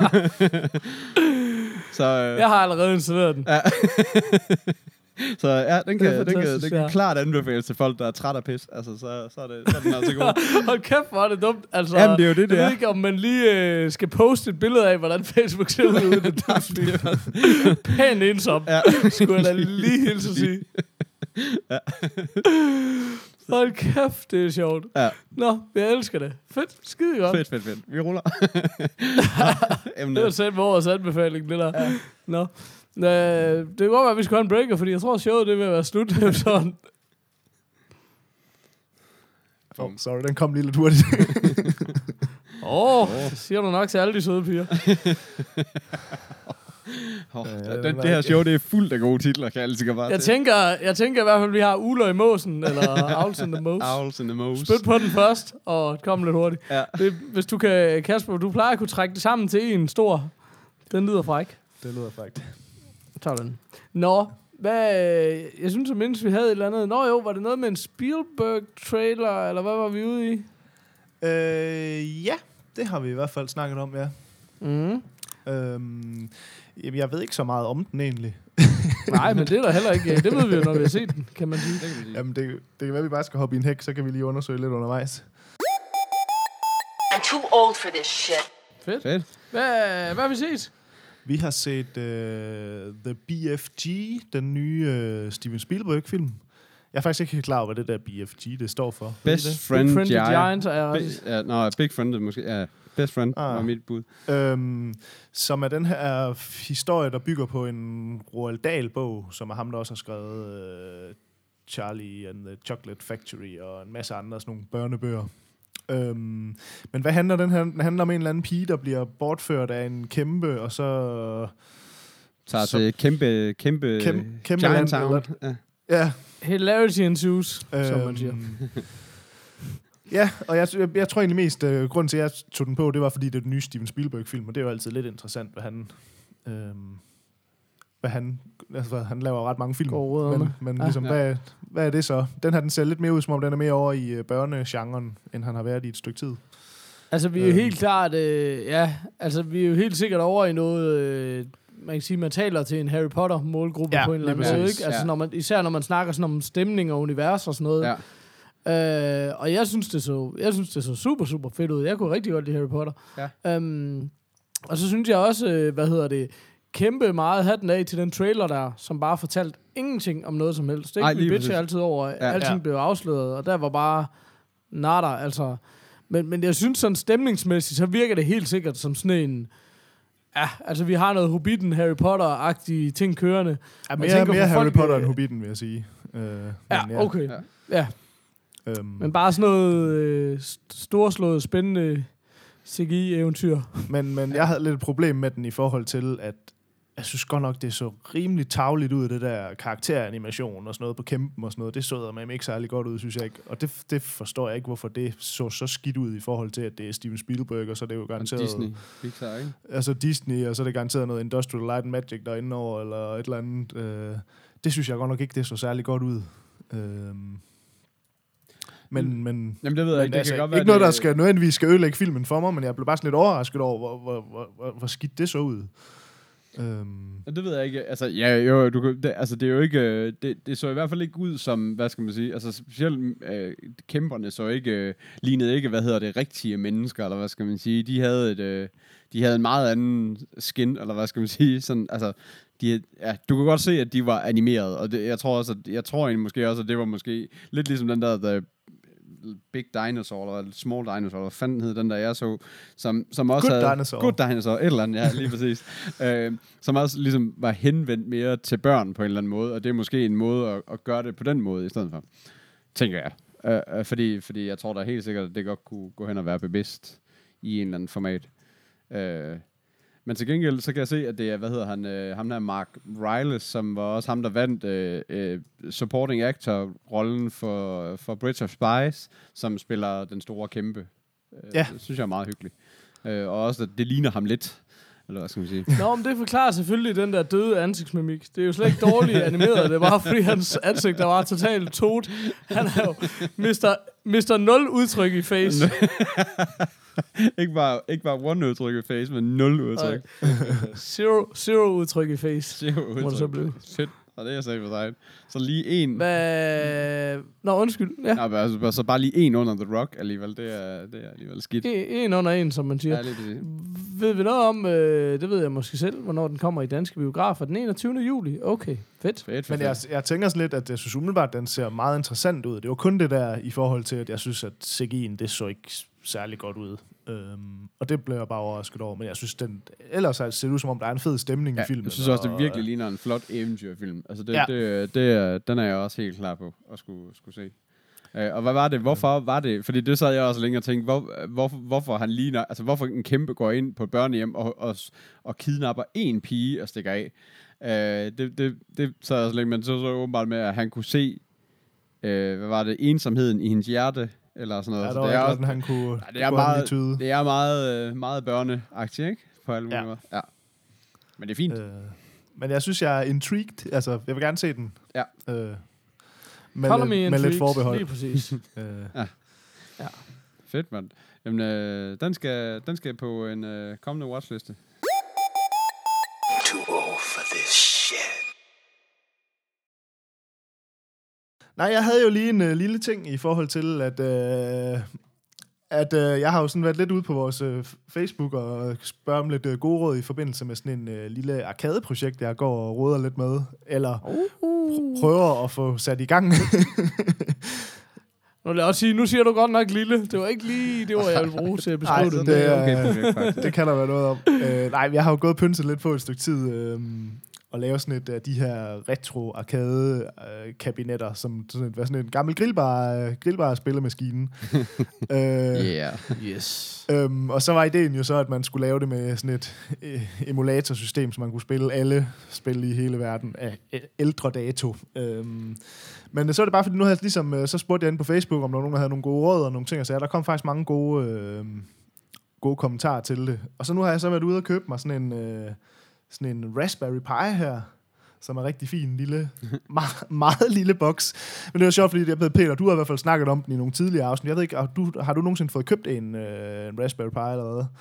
Så, jeg har allerede installeret den. Ja. Så ja, den kan klart anbefales til folk, der er træt af pis. Altså, så er den altså god. Hold kæft, hvor er det dumt. Altså, jamen, det er jo det, jeg ved ikke, om man lige skal poste et billede af, hvordan Facebook ser ud uden det. Pænt indsom. Ja. Skulle jeg da lige hilse at sige. Ja. Hold kæft, det er sjovt. Ja. Nå, jeg elsker det. Fedt, skide godt. Fedt. Vi ruller. Det var selv vores anbefaling, det der. Ja. Nå. Det kan godt være, at vi skal have en breaker, fordi jeg tror, at showet det vil være slut. Sådan. Sorry, den kom lige lidt hurtigt. Siger du nok til alle de søde piger. Det her show, det er fuldt af gode titler, kan jeg altid bare jeg tænker i hvert fald, at vi har Uler i måsen, eller Owls in the Mose. Owls in the Mose. Spyt på den først, og kom lidt hurtigt. Ja. Hvis du kan, Kasper, du plejer at kunne trække det sammen til en stor. Den lyder fræk. Det lyder frækt. Tag den. Nå, jeg synes, at mindst vi havde et eller andet. Nå jo, var det noget med en Spielberg-trailer, eller hvad var vi ude i? Ja, det har vi i hvert fald snakket om, ja. Jeg ved ikke så meget om den egentlig. Nej, men det er der heller ikke. Det ved vi jo, når vi har set den, kan man sige. Jamen, det kan være, at vi bare skal hoppe i en hæk, så kan vi lige undersøge lidt undervejs. I'm too old for this shit. Fedt. Hvad har vi set? Vi har set The BFG, den nye Steven Spielberg-film. Jeg er faktisk ikke helt klar over, hvad det der BFG det står for. Best Friend Giant. Big Friend måske. Ja, Best Friend var mit bud. Som er den her historie, der bygger på en Roald Dahl-bog, som er ham, der også har skrevet Charlie and the Chocolate Factory og en masse andre sådan nogle børnebøger. Men hvad handler den her? Den handler om en eller anden pige, der bliver bortført af en kæmpe, og så... Tager til kæmpe Gianttown. Ja. Hilarity ensues, som man siger. Ja, og jeg tror egentlig mest, grunden til, at jeg tog den på, det var, fordi det er den nye Steven Spielberg-film, og det er jo altid lidt interessant, hvad han laver ret mange film. Men ligesom, hvad er det så? Den ser lidt mere ud, som om den er mere over i børnegenren, end han har været i et stykke tid. Altså, vi er jo helt klart, vi er jo helt sikkert over i noget, man kan sige, man taler til en Harry Potter-målgruppe på en eller anden måde, ikke? Altså, især når man snakker sådan om stemning og univers og sådan noget. Ja. Og jeg synes, det så super, super fedt ud. Jeg kunne rigtig godt lide Harry Potter. Ja. Og så synes jeg også, kæmpe meget hatten af til den trailer der, som bare fortalte ingenting om noget som helst. Ikke? Vi bitcher altid over, alting blev afsløret, og der var bare nada, altså. Men jeg synes sådan stemningsmæssigt, så virker det helt sikkert som sådan en... Ja, altså vi har noget Hobbiten, Harry Potter-agtige ting kørende. Ja, mere Harry Potter end Hobbiten, vil jeg sige. Okay. Ja. Men bare sådan noget storslået, spændende CGI-eventyr. Men jeg havde lidt et problem med den i forhold til, at jeg synes godt nok, det så rimelig tarveligt ud, det der karakteranimation og sådan noget på kæmpen og sådan noget. Det så mig ikke særlig godt ud, synes jeg ikke. Og det forstår jeg ikke, hvorfor det så skidt ud i forhold til, at det er Steven Spielberg, og så er det jo garanteret... Disney, Pixar, ikke? Altså Disney, og så er det garanteret noget Industrial Light and Magic derinde over, eller et eller andet. Det synes jeg godt nok ikke, det så særlig godt ud. Men jamen, det ved jeg ikke. Det altså, kan godt være, ikke noget, der skal nødvendigvis skal ødelægge filmen for mig, men jeg blev bare sådan lidt overrasket over, hvor skidt det så ud. Det ved jeg ikke. Altså, det er jo ikke... Det så i hvert fald ikke ud som, hvad skal man sige, altså specielt kæmperne så ikke, lignede ikke, rigtige mennesker, eller hvad skal man sige. De havde en meget anden skin, eller hvad skal man sige, sådan, altså... du kan godt se, at de var animeret, og jeg tror egentlig måske også, at det var måske lidt ligesom den der The Big Dinosaur, eller Small Dinosaur, hvad fanden hed den der, jeg så, som også Good Dinosaur, et eller andet, ja, lige præcis. Som også ligesom var henvendt mere til børn på en eller anden måde, og det er måske en måde at gøre det på den måde i stedet for, tænker jeg. Fordi jeg tror da helt sikkert, at det godt kunne gå hen og være bevidst i en eller anden format. Men til gengæld, så kan jeg se, at det er, ham der Mark Rylance, som var også ham, der vandt supporting actor-rollen for Bridge of Spies, som spiller den store kæmpe. Det synes jeg er meget hyggeligt. Og også, at det ligner ham lidt. Eller hvad skal man sige? Nå, men det forklarer selvfølgelig den der døde ansigtsmimik. Det er jo slet ikke dårligt animeret. Det var fordi hans ansigt, der var totalt tot. Han er jo Mr. 0 udtryk i face. ikke bare one udtryk i face, men 0 udtryk. Zero udtryk i face. Zero udtryk. Må det så blive. Fedt. Og det er så for sig. Så lige en... Nå, undskyld. Ja. Nå, altså, så bare lige en under The Rock alligevel. Det er alligevel skidt. En under en, som man siger. Ja, lige ved vi noget om, det ved jeg måske selv, hvornår den kommer i danske biografer. Den 21. juli. Okay, fedt. Men jeg tænker sådan lidt, at jeg synes umiddelbart, at den ser meget interessant ud. Det var kun det der i forhold til, at jeg synes, at CGI'en, det så ikke særlig godt ud. Og det blev jeg bare overrasket over. Men jeg synes, den ellers ser det ud, som om der er en fed stemning i filmen. Jeg synes også, det virkelig ligner en flot eventyrfilm. Altså, den er jeg også helt klar på at skulle se. Og hvad var det? Hvorfor var det? Fordi det sad jeg også længe og tænkte, hvorfor han ligner, altså hvorfor en kæmpe går ind på et børnehjem og kidnapper en pige og stikker af. Det sad jeg også længe, men så åbenbart med, at han kunne se, hvad var det, ensomheden i hendes hjerte, eller sådan noget. Ja, så det er også, han kunne, det er meget børneagtigt, ikke? På alle mulige måder. Ja. Men det er fint. Men jeg synes, jeg er intrigued. Altså, jeg vil gerne se den. Ja. Med lidt forbehold. Lige præcis. Ja. Fedt, mand. Jamen, den skal på en kommende watchliste. Too old for this shit. Nej, jeg havde jo lige en lille ting i forhold til, at jeg har jo sådan været lidt ude på vores Facebook og spørger om lidt gode råd i forbindelse med sådan en lille arcade-projekt, jeg går og råder lidt med, eller prøver at få sat i gang. Nu vil jeg også sige, nu siger du godt nok lille. Det var ikke lige det, jeg ville bruge til at beskrive Ej, det. det er okay projekt, faktisk. det kan der være noget om. Nej, jeg har jo gået og pynset lidt på et stykke tid og lave sådan et af de her retro arcade kabinetter, som sådan en gammel grillbar spillemaskine. Yeah. Yes. Og så var ideen jo så, at man skulle lave det med sådan et emulatorsystem, så man kunne spille alle spil i hele verden af ældre dato. Men så er det bare, fordi nu havde jeg ligesom, så spurgte jeg inde på Facebook, om der var nogen, der havde nogle gode råd og nogle ting, og så der kom faktisk mange gode kommentarer til det. Og så nu har jeg så været ude og købe mig sådan en Raspberry Pi her, som er rigtig fin, lille, meget lille boks. Men det er sjovt, fordi jeg ved, Peter, du har i hvert fald snakket om den i nogle tidligere afsnit. Jeg ved ikke, har du nogensinde fået købt en Raspberry Pi eller hvad?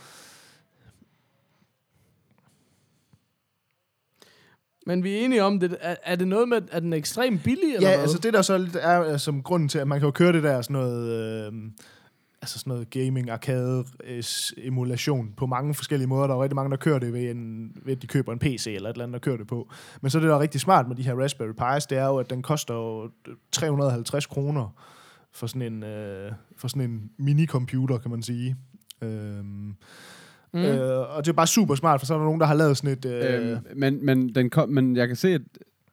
Men vi er enige om, det. Er det noget med, at den er ekstremt billig, eller Ja, hvad? altså det der så er som grunden til, at man kan jo køre det der sådan noget gaming, arcade, emulation på mange forskellige måder. Der er rigtig mange, der kører det ved at de køber en PC eller et eller andet, der kører det på. Men så er det, der er rigtig smart med de her Raspberry Pis, det er jo, at den koster jo 350 kroner for sådan en minicomputer, kan man sige. Og det er bare super smart, for så er der nogen, der har lavet sådan et... Men jeg kan se, at...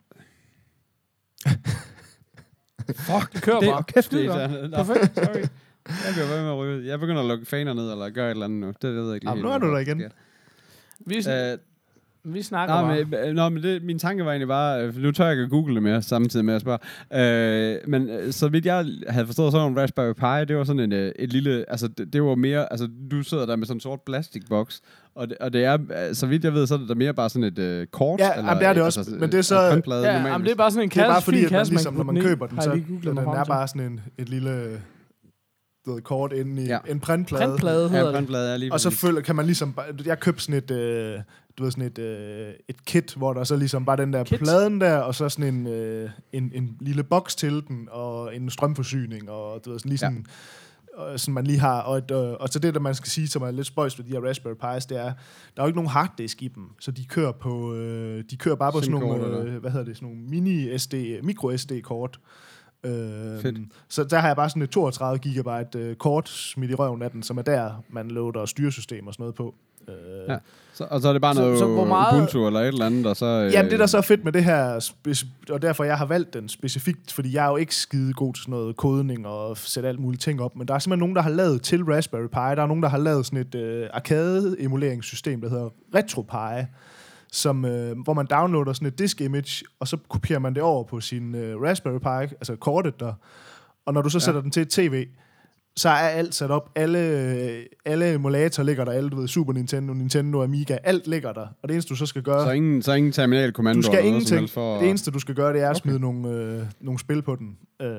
Fuck, det kører bare. Kæft, det er perfekt. Sorry. Jeg bliver ved med at ryge. Jeg begynder at lukke faner ned, eller gøre et eller andet nu. Det ved jeg ikke lige. Nu er du der igen. Vi snakker bare. Men min tanke var egentlig bare, nu tør jeg ikke at google det mere, samtidig med at spørge. Men så vidt jeg havde forstået, så en Raspberry Pi, det var sådan et lille, altså det var mere, altså du sidder der med sådan en sort plastikboks, og det er, så vidt jeg ved, så er det der mere bare sådan et kort. Ja, eller, det er det også, altså, men det er så... Det er bare sådan en kasse, det er bare fordi, fin at man kasse, ligesom, når man køber den, så den er bare bare sådan et lille... kort inde i en printplade. Printplade er lige. Og så kan man ligesom... Jeg købte sådan et kit, hvor der så ligesom bare den der pladen der, og så sådan en lille boks til den, og en strømforsyning, og du ved, sådan lige sådan... Som man lige har, og så det, der man skal sige, som er lidt spøjst ved de her Raspberry Pis, det er, der er jo ikke nogen harddisk i dem, så de kører bare på sådan nogle, sådan nogle micro SD-kort. Så der har jeg bare sådan et 32 gigabyte kort smidt i røven af den, som er der, man loader styresystem og sådan noget på. Ja. Og så er det bare noget Ubuntu eller et eller andet, og så... Jamen, det der så er fedt med det her, og derfor jeg har valgt den specifikt, fordi jeg er jo ikke skide god til sådan noget kodning og sætte alt muligt ting op, men der er simpelthen nogen, der har lavet til Raspberry Pi, der er nogen, der har lavet sådan et arcade-emuleringssystem, der hedder RetroPie, hvor man downloader sådan et disk image, og så kopierer man det over på sin Raspberry Pi, altså kortet der, og når du så sætter den til et tv, så er alt sat op, alle emulatorer ligger der, alle, du ved, Super Nintendo, Nintendo, Amiga, alt ligger der, og det eneste, du så skal gøre... Så ingen terminalkommando? Du skal ingenting. Det eneste, du skal gøre, det er at smide nogle spil på den.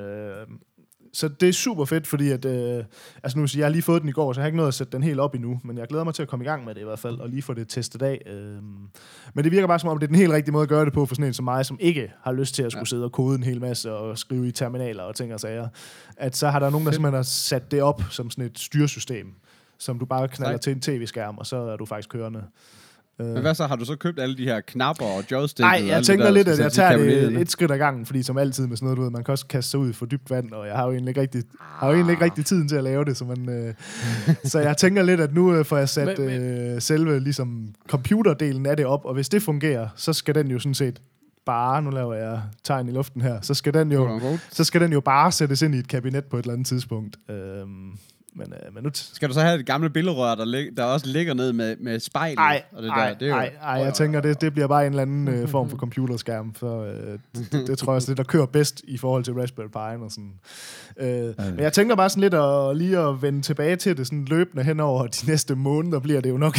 Så det er super fedt, fordi at... altså nu siger jeg har lige fået den i går, så jeg har ikke nået at sætte den helt op endnu, men jeg glæder mig til at komme i gang med det i hvert fald, og lige få det testet af. Men det virker bare som om, det er den helt rigtige måde at gøre det på, for sådan en som mig, som ikke har lyst til at skulle sidde og kode en hel masse, og skrive i terminaler og ting og sager. At så har der nogen, der simpelthen har sat det op som sådan et styresystem, som du bare knaller til en tv-skærm, og så er du faktisk kørende. Men hvad så? Har du så købt alle de her knapper og joystick? Nej, jeg tænker lidt, at jeg tager det et skridt ad gangen, fordi som altid med sådan noget, du ved, man kan også kaste sig ud for dybt vand, og jeg har jo egentlig ikke rigtig tiden til at lave det, så jeg tænker lidt, at nu får jeg sat selve ligesom computerdelen af det op, og hvis det fungerer, så skal den jo sådan set bare, nu laver jeg tegn i luften her, så skal den jo bare sættes ind i et kabinet på et eller andet tidspunkt. Men nu skal du så have et gamle billedrør, der også ligger ned med spejl? Nej, jeg tænker, det bliver bare en eller anden form for computerskærm. Så det tror jeg også, det der kører bedst i forhold til Raspberry Pi og sådan. Men jeg tænker bare sådan lidt lige at vende tilbage til det sådan løbende hen over de næste måneder, bliver det jo nok.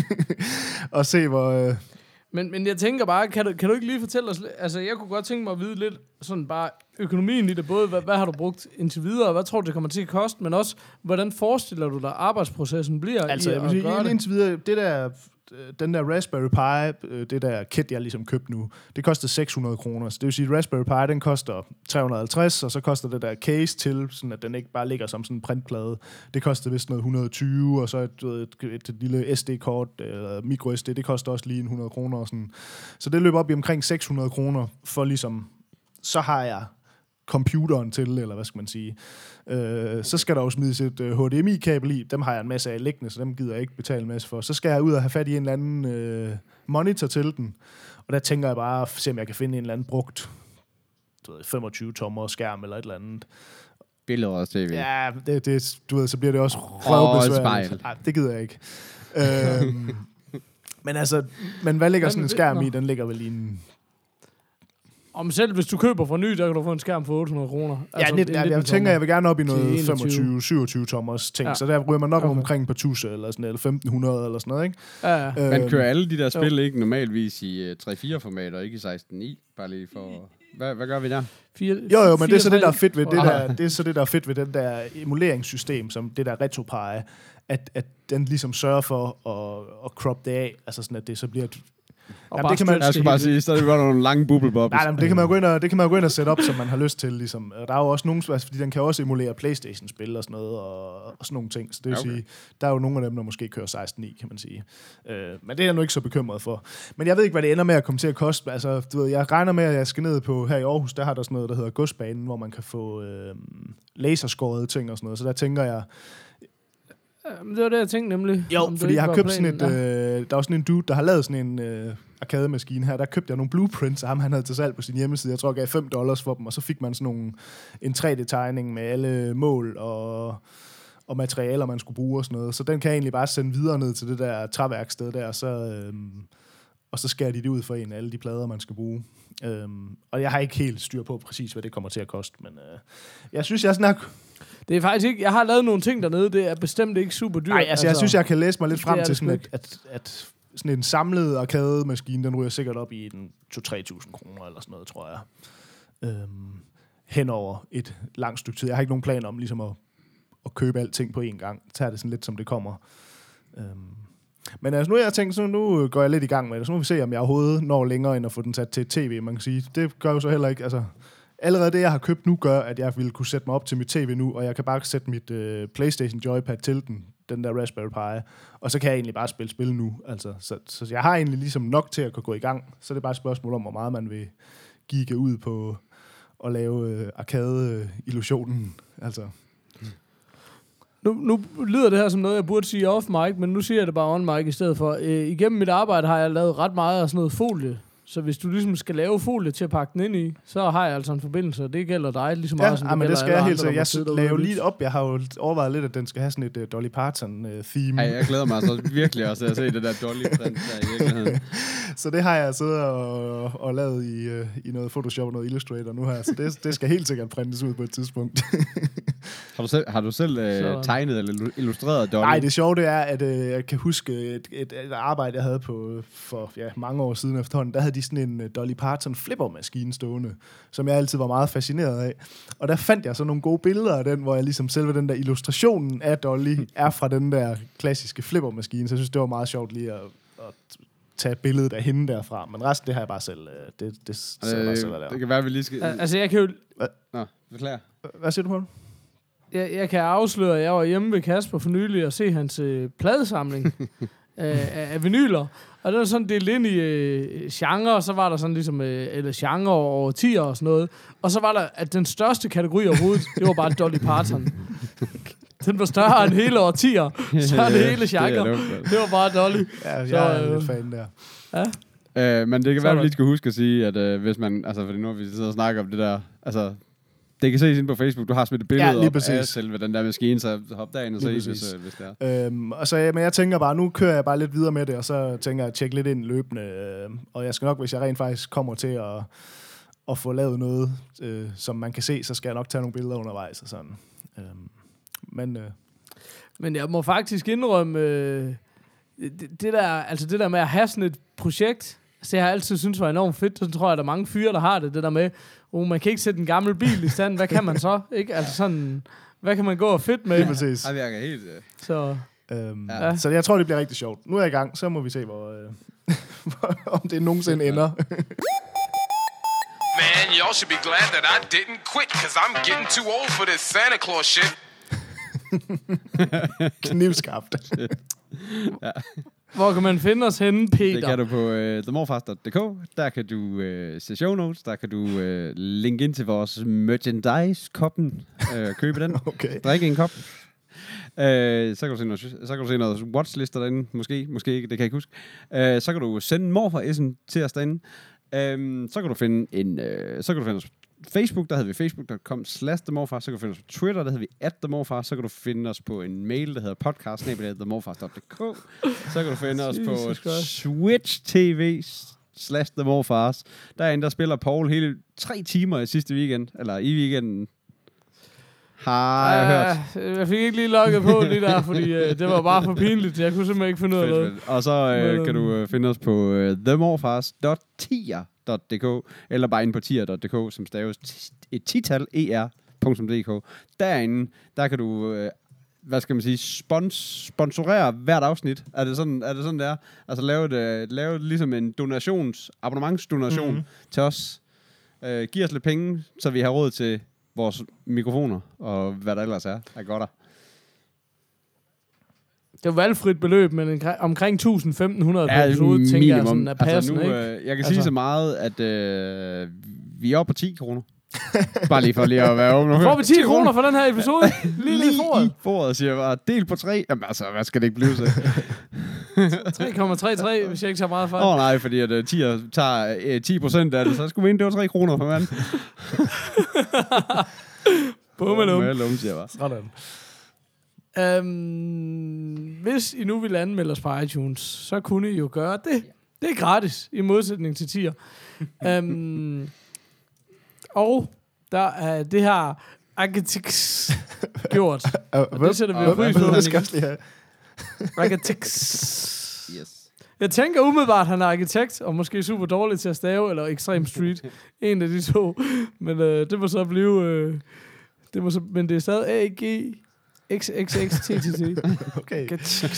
Og se, hvor... Men jeg tænker bare, kan du ikke lige fortælle os, altså jeg kunne godt tænke mig at vide lidt sådan bare økonomien i det, både hvad har du brugt indtil videre, og hvad tror du det kommer til at koste, men også hvordan forestiller du dig arbejdsprocessen bliver altså, i at gøre det? Indtil videre, den der Raspberry Pi, det der kit, jeg ligesom købte nu, det kostede 600 kroner. Så det vil sige, at Raspberry Pi, den koster 350, og så koster det der case til, sådan at den ikke bare ligger som sådan en printplade. Det kostede vist noget 120, og så et lille SD-kort, eller micro SD, det koster også lige 100 kroner. Og sådan. Så det løber op i omkring 600 kroner, for ligesom, så har jeg computeren til, eller hvad skal man sige. Så skal der jo smides et HDMI-kabel i. Dem har jeg en masse af liggende, så dem gider jeg ikke betale en masse for. Så skal jeg ud og have fat i en eller anden monitor til den. Og der tænker jeg bare, se om jeg kan finde en eller anden brugt 25-tommer skærm eller et eller andet. Billeder og tv. Ja, du ved, så bliver det også røvbesværligt. Nej, det gider jeg ikke. Men hvad ligger sådan en skærm i? Den ligger vel i en... Om selv hvis du køber fra ny, der kan du få en skærm for 800 kroner. Jeg tænker, jeg vil gerne op i noget 25-27 tommers ting, så der ryger man nok omkring på 1000 eller sådan, eller 1500 eller sådan noget, ikke? Ja. Man kører alle de der spil ikke normalvis i 3-4-formater, ikke i 16:9, bare lige for... Hvad gør vi der? Jo, men det er så det, der er fedt ved det er så det, der er fedt ved den der emuleringssystem, som det der RetroPie, at den ligesom sørger for at crop det af, altså sådan, at det så bliver... Jamen, det kan man, jeg skulle bare sige, så er det godt nogle lange bubblebobs. Nej, det kan man jo gå ind og sætte op, som man har lyst til. Ligesom. Der er jo også nogle, fordi den kan også emulere PlayStation-spil og sådan noget, og sådan nogle ting. Så det vil sige, der er jo nogle af dem, der måske kører 16.9, kan man sige. Men det er jeg nu ikke så bekymret for. Men jeg ved ikke, hvad det ender med at komme til at koste. Altså, du ved, jeg regner med, at jeg skal ned på, her i Aarhus, der har der sådan noget, der hedder Godsbanen, hvor man kan få laserskårede ting og sådan noget. Så der tænker jeg... Det var det, jeg tænkte nemlig. Jo, fordi jeg har købt sådan et... der er sådan en dude, der har lavet sådan en arcade-maskine her. Der købte jeg nogle blueprints af ham. Han havde til salg på sin hjemmeside. Jeg tror, jeg gav $5 for dem. Og så fik man sådan en 3D-tegning med alle mål og materialer, man skulle bruge og sådan noget. Så den kan jeg egentlig bare sende videre ned til det der træværksted der. Og så skærer de det ud for en af alle de plader, man skal bruge. Og jeg har ikke helt styr på præcis, hvad det kommer til at koste. Men jeg synes, jeg snakker... Det er faktisk ikke... Jeg har lavet nogle ting dernede, det er bestemt ikke super dyrt. Nej, altså jeg synes, jeg kan læse mig lidt frem til sådan, at sådan en samlet arcade-maskine, den ryger sikkert op i 2-3.000 kroner eller sådan noget, tror jeg. Henover et langt stykke tid. Jeg har ikke nogen plan om ligesom at købe alting på én gang. Tager det sådan lidt, som det kommer. Men altså nu har jeg tænkt, så nu går jeg lidt i gang med det. Så må vi se, om jeg overhovedet når længere end at få den sat til tv, man kan sige. Det gør jo så heller ikke... Altså, allerede det, jeg har købt nu, gør, at jeg ville kunne sætte mig op til mit tv nu, og jeg kan bare sætte mit PlayStation Joypad til den der Raspberry Pi, og så kan jeg egentlig bare spille nu. Altså, så jeg har egentlig ligesom nok til at kunne gå i gang. Så er det bare et spørgsmål om, hvor meget man vil gigge ud på at lave arcade-illusionen. Altså. Nu lyder det her som noget, jeg burde sige off mic, men nu siger jeg det bare on mic i stedet for. Igennem mit arbejde har jeg lavet ret meget af sådan noget folie. Så hvis du ligesom skal lave folie til at pakke den ind i, så har jeg altså en forbindelse, og det gælder dig lige så meget, som det men det skal jeg helt sikkert. Jeg laver lige op. Jeg har jo overvejet lidt, at den skal have sådan et Dolly Parton-theme. Ja, jeg glæder mig så virkelig også at se det der Dolly-print der i virkeligheden. Så det har jeg siddet og lavet i noget Photoshop og noget Illustrator nu her, så det skal helt sikkert printes ud på et tidspunkt. Har du selv tegnet eller illustreret Dolly? Nej, det sjove det er, at jeg kan huske et arbejde, jeg havde på for mange år siden efterhånden. Der havde de sådan en Dolly Parton flippermaskine stående, som jeg altid var meget fascineret af. Og der fandt jeg så nogle gode billeder af den, hvor jeg ligesom selve den der illustrationen af Dolly er fra den der klassiske flippermaskine. Så jeg synes, det var meget sjovt lige at tage billedet af hende derfra. Men resten, det har jeg bare selv. Det kan være, vi lige skal... Altså, jeg kan jo... Nå, beklager. Hvad siger du på det? Jeg kan afsløre, at jeg var hjemme ved Kasper for nylig og se hans pladesamling af vinyler. Og det var sådan delt ind i genre, og så var der sådan ligesom, eller genre og 10'er og sådan noget. Og så var der, at den største kategori overhovedet, det var bare Dolly Parton. Den var større end hele årtier. Så er det hele genre. Det var bare Dolly. Ja, jeg er lidt fan der. Ja. Men det kan være, at vi lige skal huske at sige, at hvis man, altså fordi nu vi sidder og snakker om det der, altså det kan ses inde på Facebook, du har smidt et billede op af selve den der maskine, så hop derind og se, hvis det er. Og så, men jeg tænker bare, nu kører jeg bare lidt videre med det, og så tænker jeg at tjekke lidt ind løbende, og jeg skal nok, hvis jeg rent faktisk kommer til at få lavet noget, som man kan se, så skal jeg nok tage nogle billeder undervejs og sådan. Men jeg må faktisk indrømme, det der med at have sådan et projekt, så jeg har altid synes var enormt fedt. Så tror jeg, der er mange fyre, der har det der med, man kan ikke sætte en gammel bil i stand. Hvad kan man så? Ikke? Altså sådan, hvad kan man gå og fedt med? Lige præcis. Jeg virker helt... Så... Så jeg tror, det bliver rigtig sjovt. Nu er jeg i gang, så må vi se, om det nogensinde ender. Man, y'all should be glad that I didn't quit, because I'm getting too old for this Santa Claus shit. Knivskarpt. Ja. Hvor kan man finde os henne, Peter? Det kan du på themorfars.dk. Der kan du se show notes. Der kan du linke ind til vores merchandise-koppen. Købe den. Okay. Drikke en kop. Så kan du se noget watchlister derinde. Måske ikke. Det kan jeg ikke huske. Så kan du sende morfar-essen til os derinde. Så kan du finde os på Facebook, der hedder vi facebook.com/themorfars. Så kan du finde os på Twitter, der hedder vi @themorfars. Så kan du finde os på en mail, der hedder podcast@themorfars.dk. Så kan du finde os på Switch TV /themorfars. Derinde, der spiller Paul hele 3 timer i sidste weekend, eller i weekenden. Har jeg hørt. Jeg fik ikke lige logget på det der, fordi det var bare for pinligt. Jeg kunne simpelthen ikke finde ud af det. Og så kan du finde os på themorfars.tier.dk eller bare inde på tier.dk, som staves et tital er.dk. Derinde, der kan du sponsorere hvert afsnit. Er det sådan der? Altså lave ligesom en abonnementsdonation til os. Giv os lidt penge, så vi har råd til vores mikrofoner og hvad der ellers er godt der. Det er jo valgfrit beløb, men omkring 1.500 per episode, tænker jeg sådan er passende, ikke? Jeg kan sige så meget, at vi er oppe på 10 kroner. Bare lige for lige at være åben. Får vi 10 kroner for den her episode? Lige i foråret. Foråret siger bare, del på 3. Jamen altså, hvad skal det ikke blive til? 3,33, hvis jeg ikke tager meget fejl. Nej, fordi at tier tager 10% af det, så skulle vi mene, det var 3 kroner for mand. Bummelum. siger jeg bare. Sådan. Hvis I nu vil anmelde os på iTunes, så kunne I jo gøre det. Det er gratis, i modsætning til tier. Og der er det her Architects gjort. Og det sætter vi jo pris på. Det skal også lige have. Architects. Yes. Jeg tænker umiddelbart, at han er arkitekt, og måske super dårlig til at stave, eller Extreme Street. En af de to. Men det må så blive... men det er stadig A-G... XXXTTT. Okay.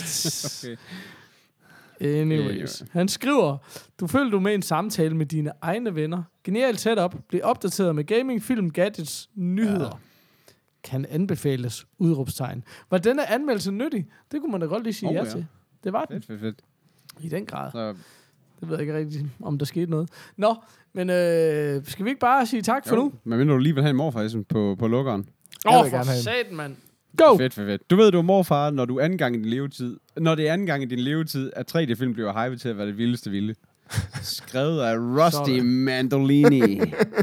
Anyways. Han skriver, du føler du med en samtale med dine egne venner. Genialt setup. Bliv opdateret med gaming, film, gadgets, nyheder. Ja. Kan anbefales. Udråbstegn. Var denne anmeldelse nyttig? Det kunne man da godt lige sige ja til. Det var den. Fedt. I den grad. Så... Det ved jeg ikke rigtigt, om der skete noget. Nå, men skal vi ikke bare sige tak for nu? Men du lige vil have en morfar på lukkeren. For satan, mand. Go! Fedt. Du ved, du er morfar, når du anden gang i din levetid. Når det er anden gang i din levetid, at 3D-film bliver hypet til at være det vildeste vilde. Skrevet af Rusty Mandolini.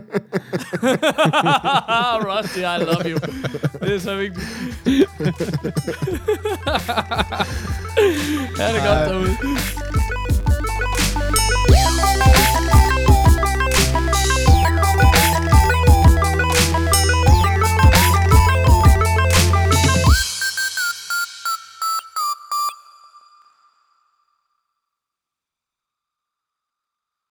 Rusty, I love you. Det er så vigtigt. Ha' det godt derude.